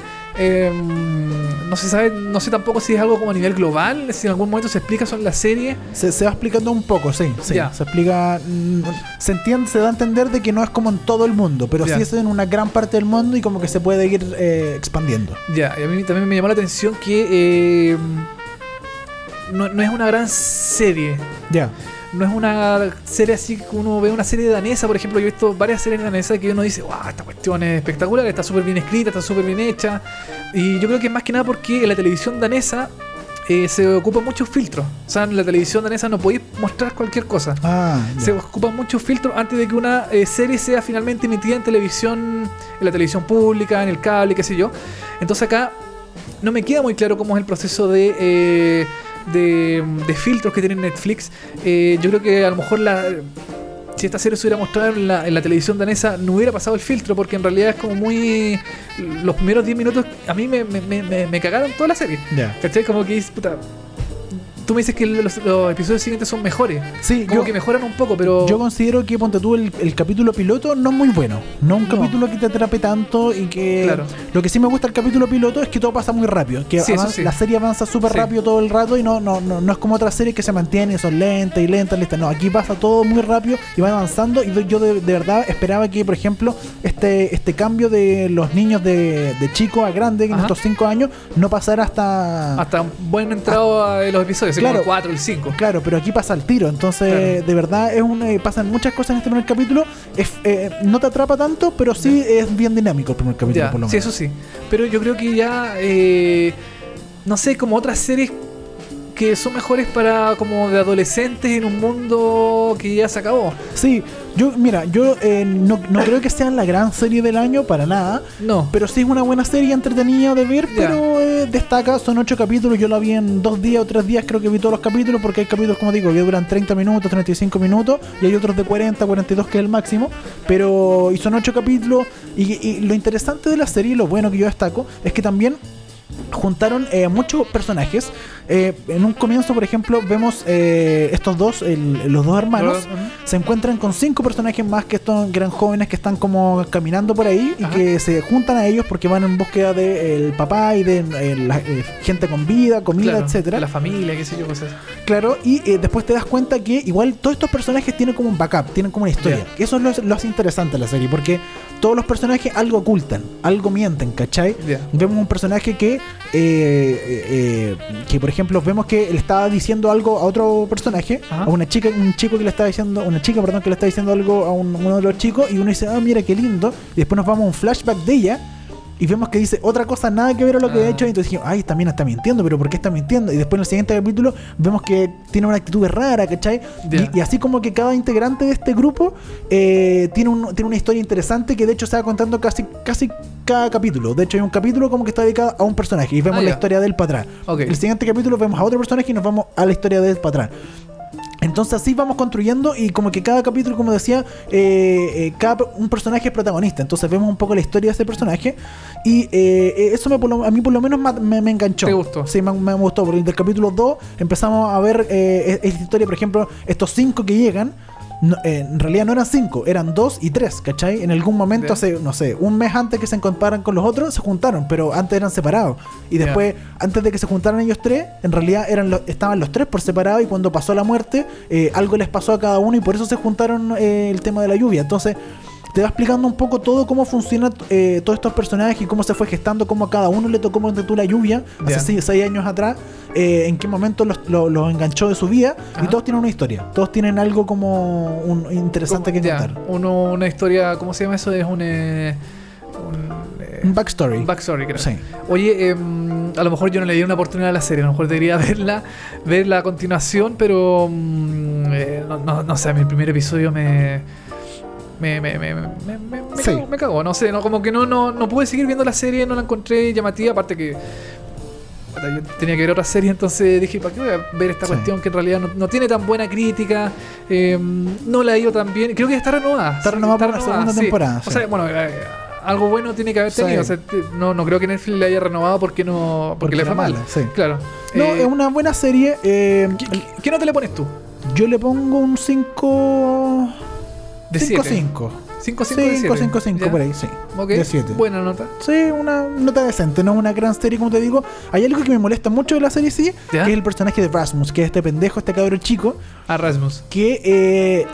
No sé tampoco si es algo como a nivel global, si en algún momento se explica eso en la serie. Se va explicando un poco, sí. Yeah. Se explica, se da a entender de que no es como en todo el mundo, pero sí es en una gran parte del mundo y como que se puede ir expandiendo. Ya, y a mí también me llamó la atención que no es una gran serie. Ya. No es una serie así que uno ve una serie danesa, por ejemplo. Yo he visto varias series danesas que uno dice, wow, esta cuestión es espectacular, está súper bien escrita, está súper bien hecha. Y yo creo que es más que nada porque en la televisión danesa se ocupa muchos filtros. O sea, en la televisión danesa no podéis mostrar cualquier cosa. Se ocupan muchos filtros antes de que una serie sea finalmente emitida en televisión, en la televisión pública, en el cable, qué sé yo. Entonces acá no me queda muy claro cómo es el proceso de filtros que tiene Netflix. Yo creo que a lo mejor si esta serie se hubiera mostrado en la televisión danesa no hubiera pasado el filtro, porque en realidad es como muy... Los primeros 10 minutos a mí me cagaron toda la serie. ¿Cachai? Como que puta, tú me dices que los episodios siguientes son mejores. Sí, como que mejoran un poco, pero... Yo considero que, ponte tú, el capítulo piloto no es muy bueno. No un capítulo que te atrape tanto y que... Claro. Lo que sí me gusta del capítulo piloto es que todo pasa muy rápido. Que la serie avanza súper rápido todo el rato y no es como otras series que se mantienen, son lentas. No, aquí pasa todo muy rápido y van avanzando. Y yo de verdad esperaba que, por ejemplo, este cambio de los niños de chico a grande, en estos 5 años, no pasara hasta un buen entrado a los episodios. Claro, el 4, el 5. Claro, pero aquí pasa el tiro. Entonces, de verdad, pasan muchas cosas en este primer capítulo. No te atrapa tanto, pero sí es bien dinámico el primer capítulo, por lo menos. Sí, eso sí. Pero yo creo que ya, no sé, como otras series que son mejores para como de adolescentes en un mundo que ya se acabó. Sí, yo no creo que sea la gran serie del año para nada. No. Pero sí es una buena serie, entretenida de ver, pero destaca, son 8 capítulos, yo la vi en 2 días o 3 días, creo que vi todos los capítulos, porque hay capítulos, como digo, que duran 30 minutos, 35 minutos, y hay otros de 40, 42 que es el máximo, y son 8 capítulos, y lo interesante de la serie, lo bueno que yo destaco, es que también juntaron muchos personajes. En un comienzo, por ejemplo, vemos estos los dos hermanos se encuentran con 5 personajes más que eran jóvenes que están como caminando por ahí y que se juntan a ellos porque van en búsqueda del papá y de gente con vida, comida, etcétera, la familia, qué sé yo, cosas. Claro, y después te das cuenta que igual todos estos personajes tienen como un backup, tienen como una historia. Eso lo hace interesante la serie, porque todos los personajes algo ocultan, algo mienten, ¿cachai? Vemos un personaje que por ejemplo vemos que le estaba diciendo algo a otro personaje, a una chica, que le estaba diciendo algo a uno de los chicos, y uno dice, mira qué lindo, y después nos vamos a un flashback de ella y vemos que dice otra cosa nada que ver a lo que ha hecho, y entonces dijimos, también está mintiendo, pero ¿por qué está mintiendo? Y después en el siguiente capítulo vemos que tiene una actitud rara, ¿cachai? Y así como que cada integrante de este grupo tiene una historia interesante que de hecho se va contando casi cada capítulo. De hecho hay un capítulo como que está dedicado a un personaje y vemos la historia de él para atrás. El siguiente capítulo vemos a otro personaje y nos vamos a la historia de él para atrás. Entonces así vamos construyendo y como que cada capítulo, como decía, un personaje es protagonista. Entonces vemos un poco la historia de ese personaje y eso a mí por lo menos me enganchó. ¿Te gustó? Sí, me gustó. Porque del capítulo 2 empezamos a ver esta historia, por ejemplo, estos 5 que llegan. En realidad no eran 5, eran 2 y 3, ¿cachai? En algún momento, hace, no sé, un mes antes que se comparan con los otros, se juntaron, pero antes eran separados. Y después, antes de que se juntaran ellos 3, en realidad estaban los 3 por separado, y cuando pasó la muerte, algo les pasó a cada uno y por eso se juntaron el tema de la lluvia. Entonces, te va explicando un poco todo cómo funciona todos estos personajes y cómo se fue gestando, cómo a cada uno le tocó tú la lluvia hace 6 años atrás, en qué momento los enganchó de su vida. Y todos tienen una historia, todos tienen algo como interesante que contar. Una historia, ¿cómo se llama eso? Es un backstory. Un backstory, creo. Sí. Oye, a lo mejor yo no le di una oportunidad a la serie, a lo mejor debería verla a continuación, pero no sé, mi primer episodio me cagó, no sé, como que no pude seguir viendo la serie, no la encontré llamativa, aparte que yo tenía que ver otra serie, entonces dije, ¿para qué voy a ver esta cuestión que en realidad no tiene tan buena crítica? No la he ido tan bien, creo que está renovada. Está renovada para la segunda temporada. O sea, bueno, algo bueno tiene que haber tenido. O sea, no creo que Netflix le haya renovado porque le fue mal. Sí. Claro. No, es una buena serie. ¿Qué nota le pones tú? Yo le pongo un 5... De 5-5. 5-5 por ahí, sí. Okay. De 7. Buena nota. Sí, una nota decente, no es una gran serie, como te digo. Hay algo que me molesta mucho de la serie, sí, que es el personaje de Rasmus, que es este pendejo, este cabro chico. Rasmus. Que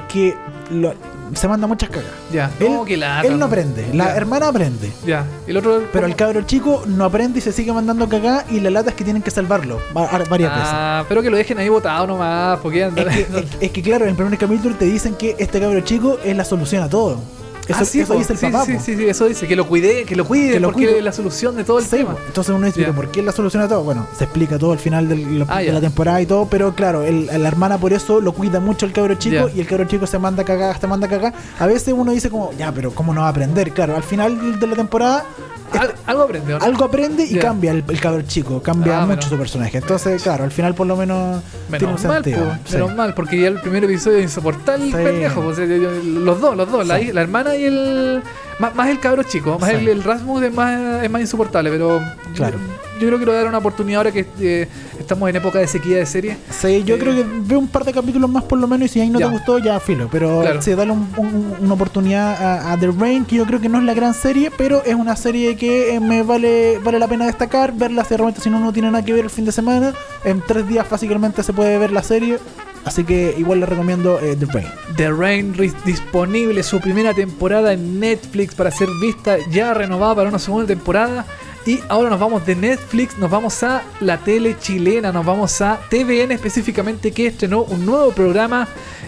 se manda muchas cagas. Ya. Él no aprende, la hermana aprende. Ya. El otro. Pero el cabro chico no aprende y se sigue mandando cagada, y la lata es que tienen que salvarlo varias veces. Pero que lo dejen ahí botado nomás, porque es que claro, en el primer capítulo te dicen que este cabro chico es la solución a todo. Eso dice el papá. Sí, eso dice, que lo cuide, porque es la solución de todo el tema. Entonces uno dice, ¿pero por qué es la solución a todo? Bueno, se explica todo al final de la temporada y todo, pero claro, la hermana por eso lo cuida mucho el cabro chico, y el cabro chico se manda cagada. A veces uno dice como, pero ¿cómo no va a aprender? Claro, al final de la temporada algo aprende, ¿no? Algo aprende y cambia el cabro chico, cambia mucho su personaje. Entonces, claro, al final por lo menos tiene un sentido. Menos mal, porque ya el primer episodio es insoportable el pendejo. Pues, los dos, la hermana y el... Más el cabro chico, más el Rasmus es más insoportable, pero claro. Yo creo que le voy a dar una oportunidad ahora que estamos en época de sequía de series. Sí, yo creo que veo un par de capítulos más por lo menos, y si ahí no te gustó, ya filo. Pero sí, dale una oportunidad a The Rain, que yo creo que no es la gran serie, pero es una serie que me vale la pena destacar, verla si uno no tiene nada que ver el fin de semana. En 3 días fácilmente se puede ver la serie. Así que igual le recomiendo The Rain. The Rain disponible, su primera temporada en Netflix para ser vista, ya renovada para una segunda temporada. Y ahora nos vamos de Netflix, nos vamos a la tele chilena, nos vamos a TVN específicamente, que estrenó un nuevo programa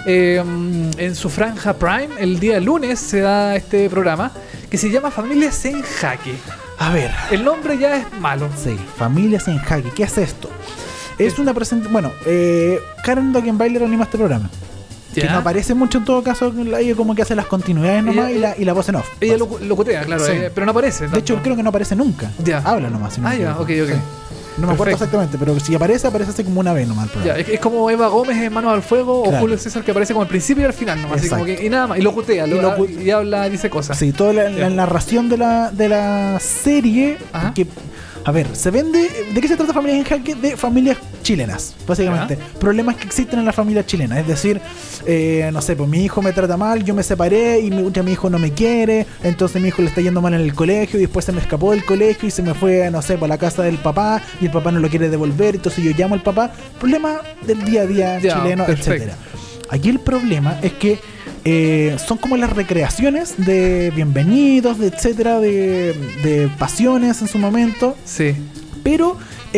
en su franja Prime. El día lunes se da este programa que se llama Familias en Jaque. A ver, el nombre ya es malo. Sí, Familias en Jaque. ¿Qué es esto? Es una presentación. Bueno, Karen Dockenbailer anima este programa. Que no aparece mucho en todo caso, ella como que hace las continuidades nomás y la voz en off. Ella locutea, claro, pero no aparece tanto. De hecho, creo que no aparece nunca. Habla nomás. Ok. Sí. No me acuerdo exactamente, pero si aparece así como una vez nomás. Es como Eva Gómez en Manos al Fuego, o Julio César, que aparece como al principio y al final nomás. Así como que, y nada más, y locutea, y habla, dice cosas. Sí, toda la narración de la serie. Que, a ver, se vende. ¿De qué se trata Familias en Jaque? De familias chilenas, básicamente. Problemas que existen en las familias chilenas. Es decir, no sé, pues mi hijo me trata mal, yo me separé y mi hijo no me quiere. Entonces mi hijo le está yendo mal en el colegio y después se me escapó del colegio y se me fue, no sé, para la casa del papá y el papá no lo quiere devolver. Entonces yo llamo al papá. Problema del día a día chileno, etcétera. Aquí el problema es que son como las recreaciones de Bienvenidos, de etcétera, de Pasiones en su momento. Sí. Pero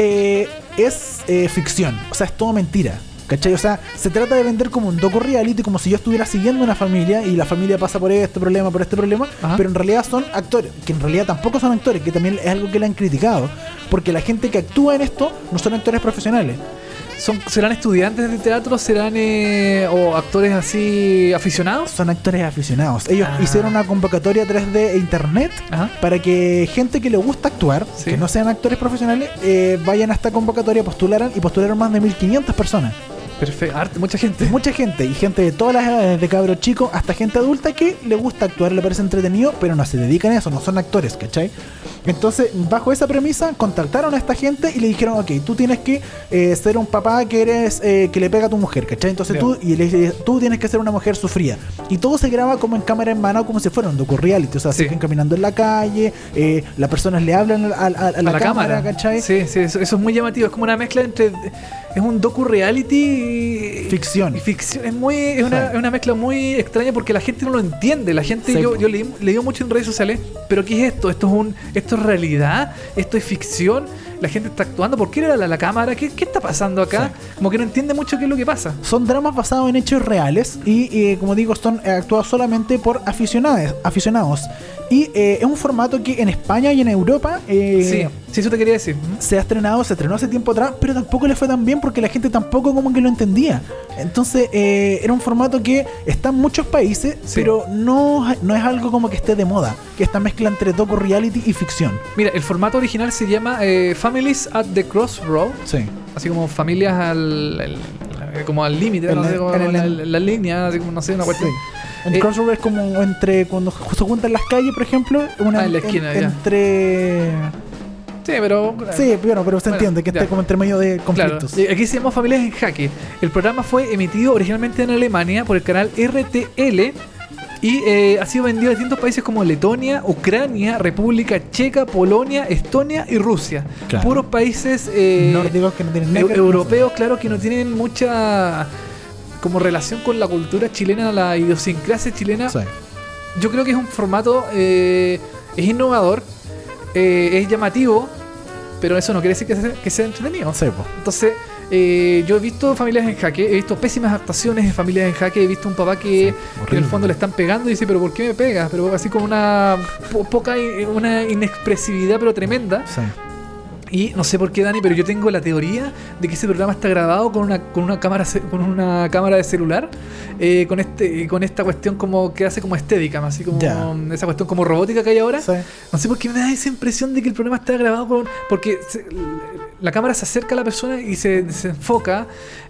es ficción, o sea, es todo mentira, ¿cachai? O sea, se trata de vender como un docu-reality, como si yo estuviera siguiendo una familia y la familia pasa por este problema, pero en realidad son actores, que en realidad tampoco son actores, que también es algo que le han criticado, porque la gente que actúa en esto no son actores profesionales. ¿Serán estudiantes de teatro? ¿Serán o actores así aficionados? Son actores aficionados. Ellos hicieron una convocatoria a través de internet para que gente que le gusta actuar, que no sean actores profesionales, vayan a esta convocatoria, postularon más de 1500 personas. Perfecto. Mucha gente. Mucha gente, y gente de todas las edades, de cabros chicos hasta gente adulta que le gusta actuar, le parece entretenido, pero no se dedican a eso, no son actores, ¿cachai? Entonces, bajo esa premisa, contactaron a esta gente y le dijeron, ok, tú tienes que ser un papá que eres que le pega a tu mujer, ¿cachai? Entonces tú tienes que ser una mujer sufrida. Y todo se graba como en cámara en mano, como si fuera un docu-reality. O sea, siguen caminando en la calle, las personas le hablan a la cámara, ¿cachai? Sí, eso es muy llamativo. Es como una mezcla entre... Es un docu-reality y ficción. Y ficción. Es una mezcla muy extraña porque la gente no lo entiende. La gente, sí, yo leí mucho en redes sociales, pero ¿qué es esto? ¿Esto es realidad? ¿Esto es ficción? La gente está actuando. ¿Por qué era la cámara? ¿Qué está pasando acá? Sí. Como que no entiende mucho qué es lo que pasa. Son dramas basados en hechos reales y como digo, son actuados solamente por aficionados. Y es un formato que en España y en Europa sí, eso te quería decir. Se estrenó hace tiempo atrás, pero tampoco le fue tan bien porque la gente tampoco como que lo entendía. Entonces era un formato que está en muchos países, sí, pero no es algo como que esté de moda, que esta mezcla entre docu-reality y ficción. Mira, el formato original se llama Families at the Crossroad. Sí. Así como familias como al límite, no sé, como la línea, así como, no sé, una cuestión. Sí. El crossroad es como entre cuando se juntan las calles, por ejemplo, en la esquina, entre... Sí, pero... Sí, pero se entiende que está como entre medio de conflictos. Claro. Aquí se llama Familias en Jaque. El programa fue emitido originalmente en Alemania por el canal RTL y ha sido vendido a distintos países como Letonia, Ucrania, República Checa, Polonia, Estonia y Rusia. Claro. Puros países nórdicos que no tienen nada europeos, claro, que no tienen mucha como relación con la cultura chilena, la idiosincrasia chilena. Sí. Yo creo que es un formato es innovador, es llamativo, pero eso no quiere decir que sea entretenido. Sí, pues. Entonces yo he visto Familias en Jaque, he visto pésimas actuaciones de Familias en Jaque, he visto un papá que en el fondo le están pegando y dice, pero ¿por qué me pegas? Pero así como una inexpresividad pero tremenda. Sí. Y no sé por qué, Dani, pero yo tengo la teoría de que ese programa está grabado con una cámara de celular, con esta cuestión como que hace como estética, así como esa cuestión como robótica que hay ahora. Sí. No sé por qué me da esa impresión de que el programa está grabado porque la cámara se acerca a la persona y se enfoca,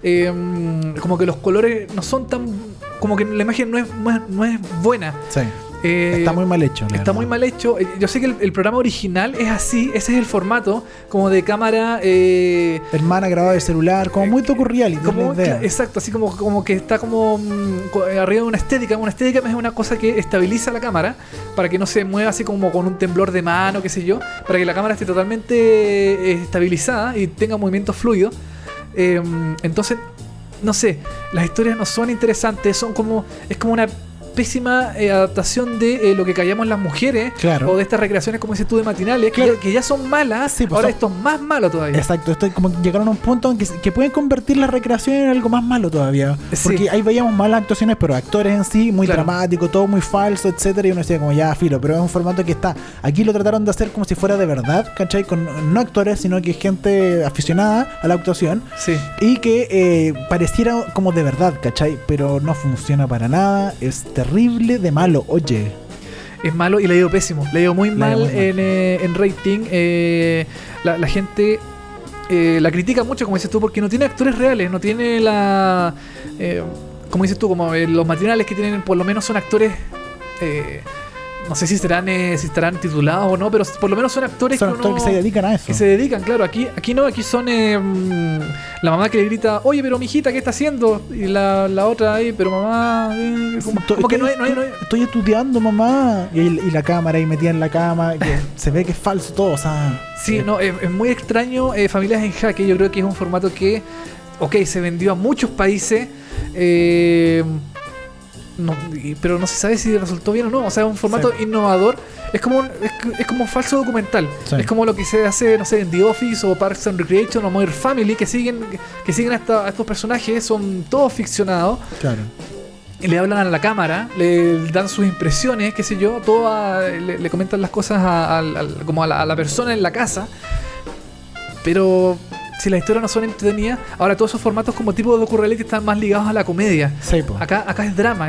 como que los colores no son tan, como que la imagen no es buena. Sí. Está muy mal hecho. Está muy mal hecho. Yo sé que el programa original es así. Ese es el formato como de cámara hermana grabada de celular, como muy docu-reality. Exacto, así como que está como arriba de una estética. Una estética es una cosa que estabiliza la cámara para que no se mueva así como con un temblor de mano, qué sé yo, para que la cámara esté totalmente estabilizada y tenga movimiento fluido. Entonces, no sé, las historias no son interesantes, es como una pésima adaptación de lo que callamos las mujeres, claro, o de estas recreaciones como dices tú de matinales, claro, que ya son malas. Sí, pues ahora esto es más malo todavía. Exacto, esto es como llegaron a un punto en que pueden convertir la recreación en algo más malo todavía, porque sí, ahí veíamos malas actuaciones, pero actores en sí muy dramático, todo muy falso, etcétera, y uno decía como ya filo, pero es un formato que está aquí, lo trataron de hacer como si fuera de verdad, ¿cachai? Con no actores, sino que gente aficionada a la actuación, sí, y que pareciera como de verdad, ¿cachai? Pero no funciona para nada, es terrible de malo, oye. Es malo y le ha ido pésimo, le ha ido muy mal en rating. La gente la critica mucho, como dices tú, porque no tiene actores reales, no tiene como dices tú, como los matinales que tienen, por lo menos son actores. No sé si estarán titulados o no, pero por lo menos son actores que se dedican a eso. Que se dedican, claro. Aquí no, aquí son la mamá que le grita, oye, pero mijita, ¿qué está haciendo? Y la otra ahí, pero mamá, como que no hay. Estoy estudiando, mamá. Y la cámara ahí metida en la cama, que se ve que es falso todo, o sea. Sí, no, es muy extraño. Familias en Jaque, yo creo que es un formato que, se vendió a muchos países. No, pero no se sabe si resultó bien o no. O sea, es un formato innovador. Es como un falso documental. Sí. Es como lo que se hace, no sé, en The Office o Parks and Recreation o Modern Family, que siguen a estos personajes, son todos ficcionados. Claro. Y le hablan a la cámara, le dan sus impresiones, qué sé yo, le comentan las cosas como a la persona en la casa. Pero si las historias no son entretenidas, ahora todos esos formatos como tipo de docu-reality están más ligados a la comedia. Sí, acá es drama,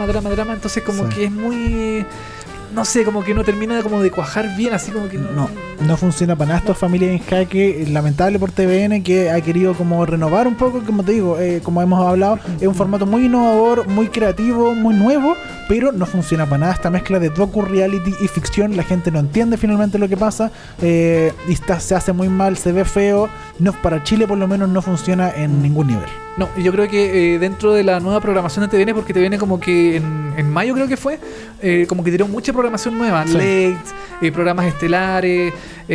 entonces como que es muy, no sé, como que no termina como de cuajar bien, así como que no No funciona para nada esto, Familia en Jaque. Lamentable por TVN, que ha querido como renovar un poco, como te digo, como hemos hablado, es un formato muy innovador, muy creativo, muy nuevo, pero no funciona para nada esta mezcla de docu, reality y ficción. La gente no entiende finalmente lo que pasa, y se hace muy mal, se ve feo. No, para Chile por lo menos no funciona en ningún nivel. No, yo creo que dentro de la nueva programación de TVN, porque TVN como que en mayo creo que fue, como que tiró mucha programación nueva, Sí. late, programas estelares,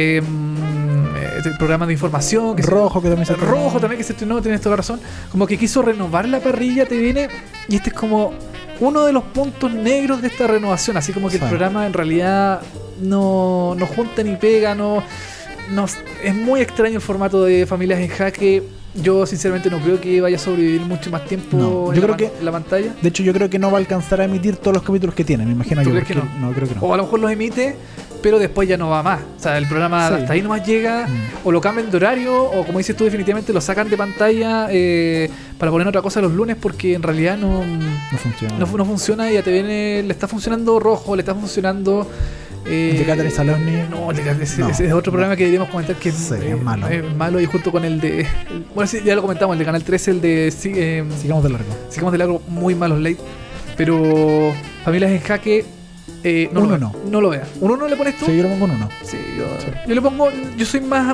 programas de información, Rojo, que también se estrenó. Rojo también que se estrenó, tienes toda la razón. Como que quiso renovar la parrilla TVN, y este es como uno de los puntos negros de esta renovación, así como que Sí. el programa en realidad no junta ni pega, es muy extraño el formato de Familias en Jaque. Yo sinceramente no creo que vaya a sobrevivir mucho más tiempo No, en yo la creo que- en la pantalla. De hecho, yo creo que no va a alcanzar a emitir todos los capítulos que tiene, me imagino ¿Tú yo. crees que porque- no? No, creo que no. O a lo mejor los emite, pero después ya no va más. O sea, el programa Sí. hasta ahí nomás llega, o lo cambian de horario, o como dices tú, definitivamente lo sacan de pantalla para poner otra cosa los lunes, porque en realidad no funciona. no funciona, y a TVN le está funcionando Rojo, le está funcionando... El de Catherine Saloni. No, No. ese es otro programa que deberíamos comentar que Sí, es malo. Es malo, y junto con el de... bueno, sí, ya lo comentamos, el de Canal 13, el de... Sigamos de largo. Sigamos de largo, muy malos late. Pero Familias en Jaque... Uno lo vea. no. No lo vea. ¿Uno no le pones tú? Sí, yo lo pongo en uno. Sí, yo le pongo... Yo soy más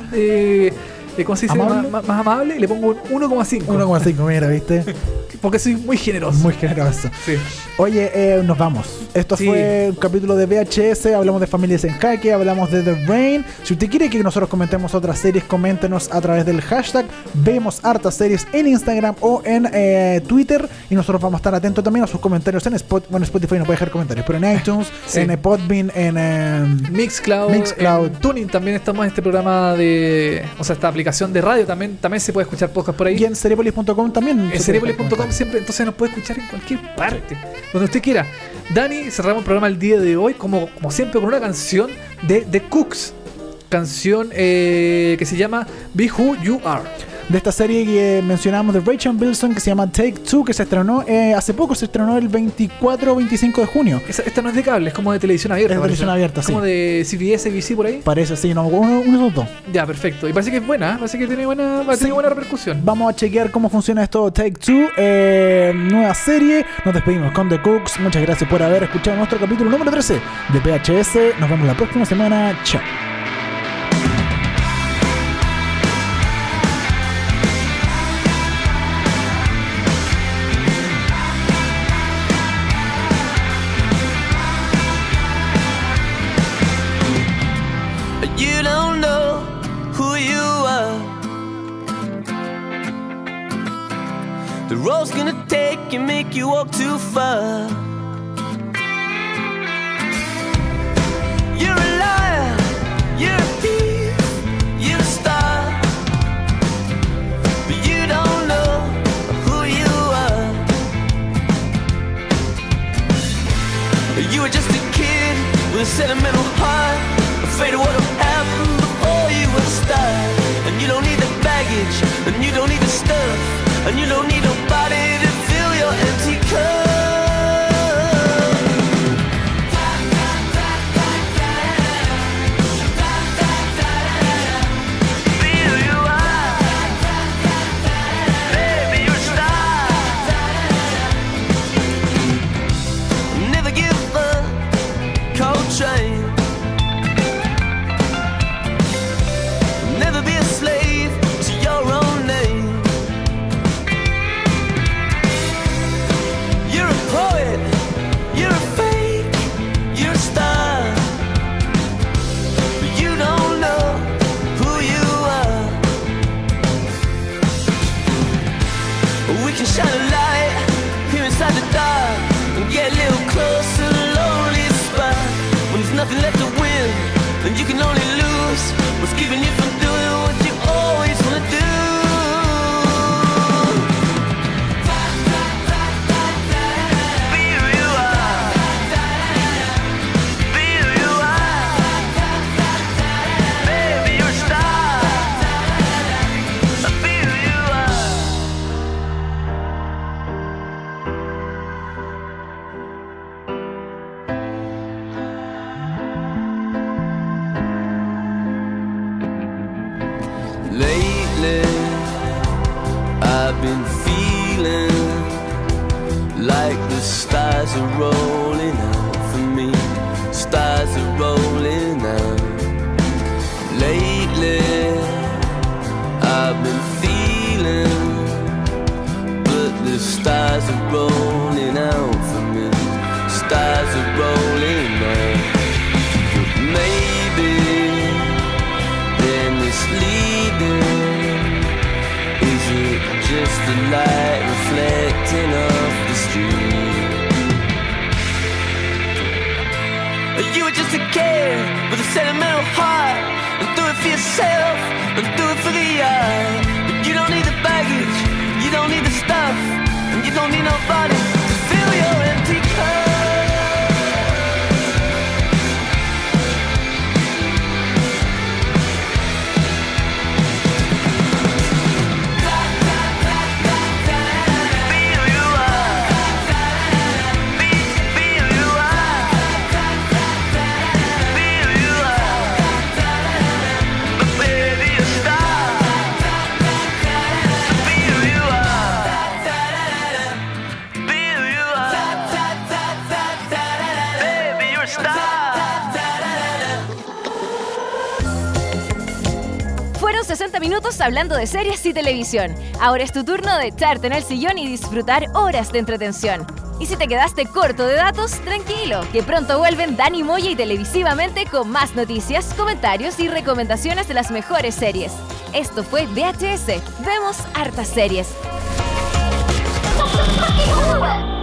¿cómo se dice? ¿Amable? Más amable, y le pongo un 1,5. 1,5, mira, ¿viste? Porque soy muy generoso. Muy generoso. Sí. Oye, nos vamos. Esto Sí. fue un capítulo de VHS. Hablamos de Familias en Jaque, hablamos de The Rain. Si usted quiere que nosotros comentemos otras series, coméntenos a través del hashtag. Vemos hartas series en Instagram o en Twitter, y nosotros vamos a estar atentos también a sus comentarios en Spotify no puede dejar comentarios, pero en iTunes, Sí. en Podbean, en Mixcloud, Mixcloud. en Tuning también estamos en este programa de... O sea, esta aplicación de radio también se puede escuchar podcast por ahí. y en Seriepolis.com también. En Seriepolis.com siempre, entonces nos puede escuchar en cualquier parte, donde usted quiera. Dani, cerramos el programa el día de hoy, como siempre, con una canción de The Cooks. Canción que se llama Be Who You Are. De esta serie que mencionamos de Rachel Bilson, que se llama Take Two, que se estrenó hace poco, se estrenó el 24 o 25 de junio. Esta no es de cable, es como de televisión abierta. Es de televisión abierta, como sí. de CBS, ABC por ahí. Parece, sí, no, uno de esos dos. Ya, perfecto. Y parece que es buena, parece que tiene buena, Sí. tiene buena repercusión. Vamos a chequear cómo funciona esto Take Two, nueva serie. Nos despedimos con The Cooks. Muchas gracias por haber escuchado nuestro capítulo número 13 de VHS. Nos vemos la próxima semana. Chao. You don't know who you are. The road's gonna take and make you walk too far. You're a liar, you're a thief, you're a star. But you don't know who you are. You were just a kid with a sentimental heart, afraid of what'll happen before you will start. And you don't need the baggage, and you don't need the stuff, and you don't need nobody to fill your empty cup. Be who you are. Baby, you're a star. Never give up, Coltrane. Never be a slave to your own name. You're been feeling like the stars are rolling out for me. Stars are rolling out. Lately I've been feeling, but the stars are rolling out for me. Stars are rolling out. But maybe they're misleading. Is it just the light reflecting off the street? You were just a kid with a sentimental heart, and do it for yourself, and do it for the art. But you don't need the baggage, you don't need the stuff, and you don't need nobody to fill your empty cup. Fueron 60 minutos hablando de series y televisión. Ahora es tu turno de echarte en el sillón y disfrutar horas de entretención. Y si te quedaste corto de datos, tranquilo, que pronto vuelven Dani Moya y Televisivamente con más noticias, comentarios y recomendaciones de las mejores series. Esto fue VHS. Vemos hartas series.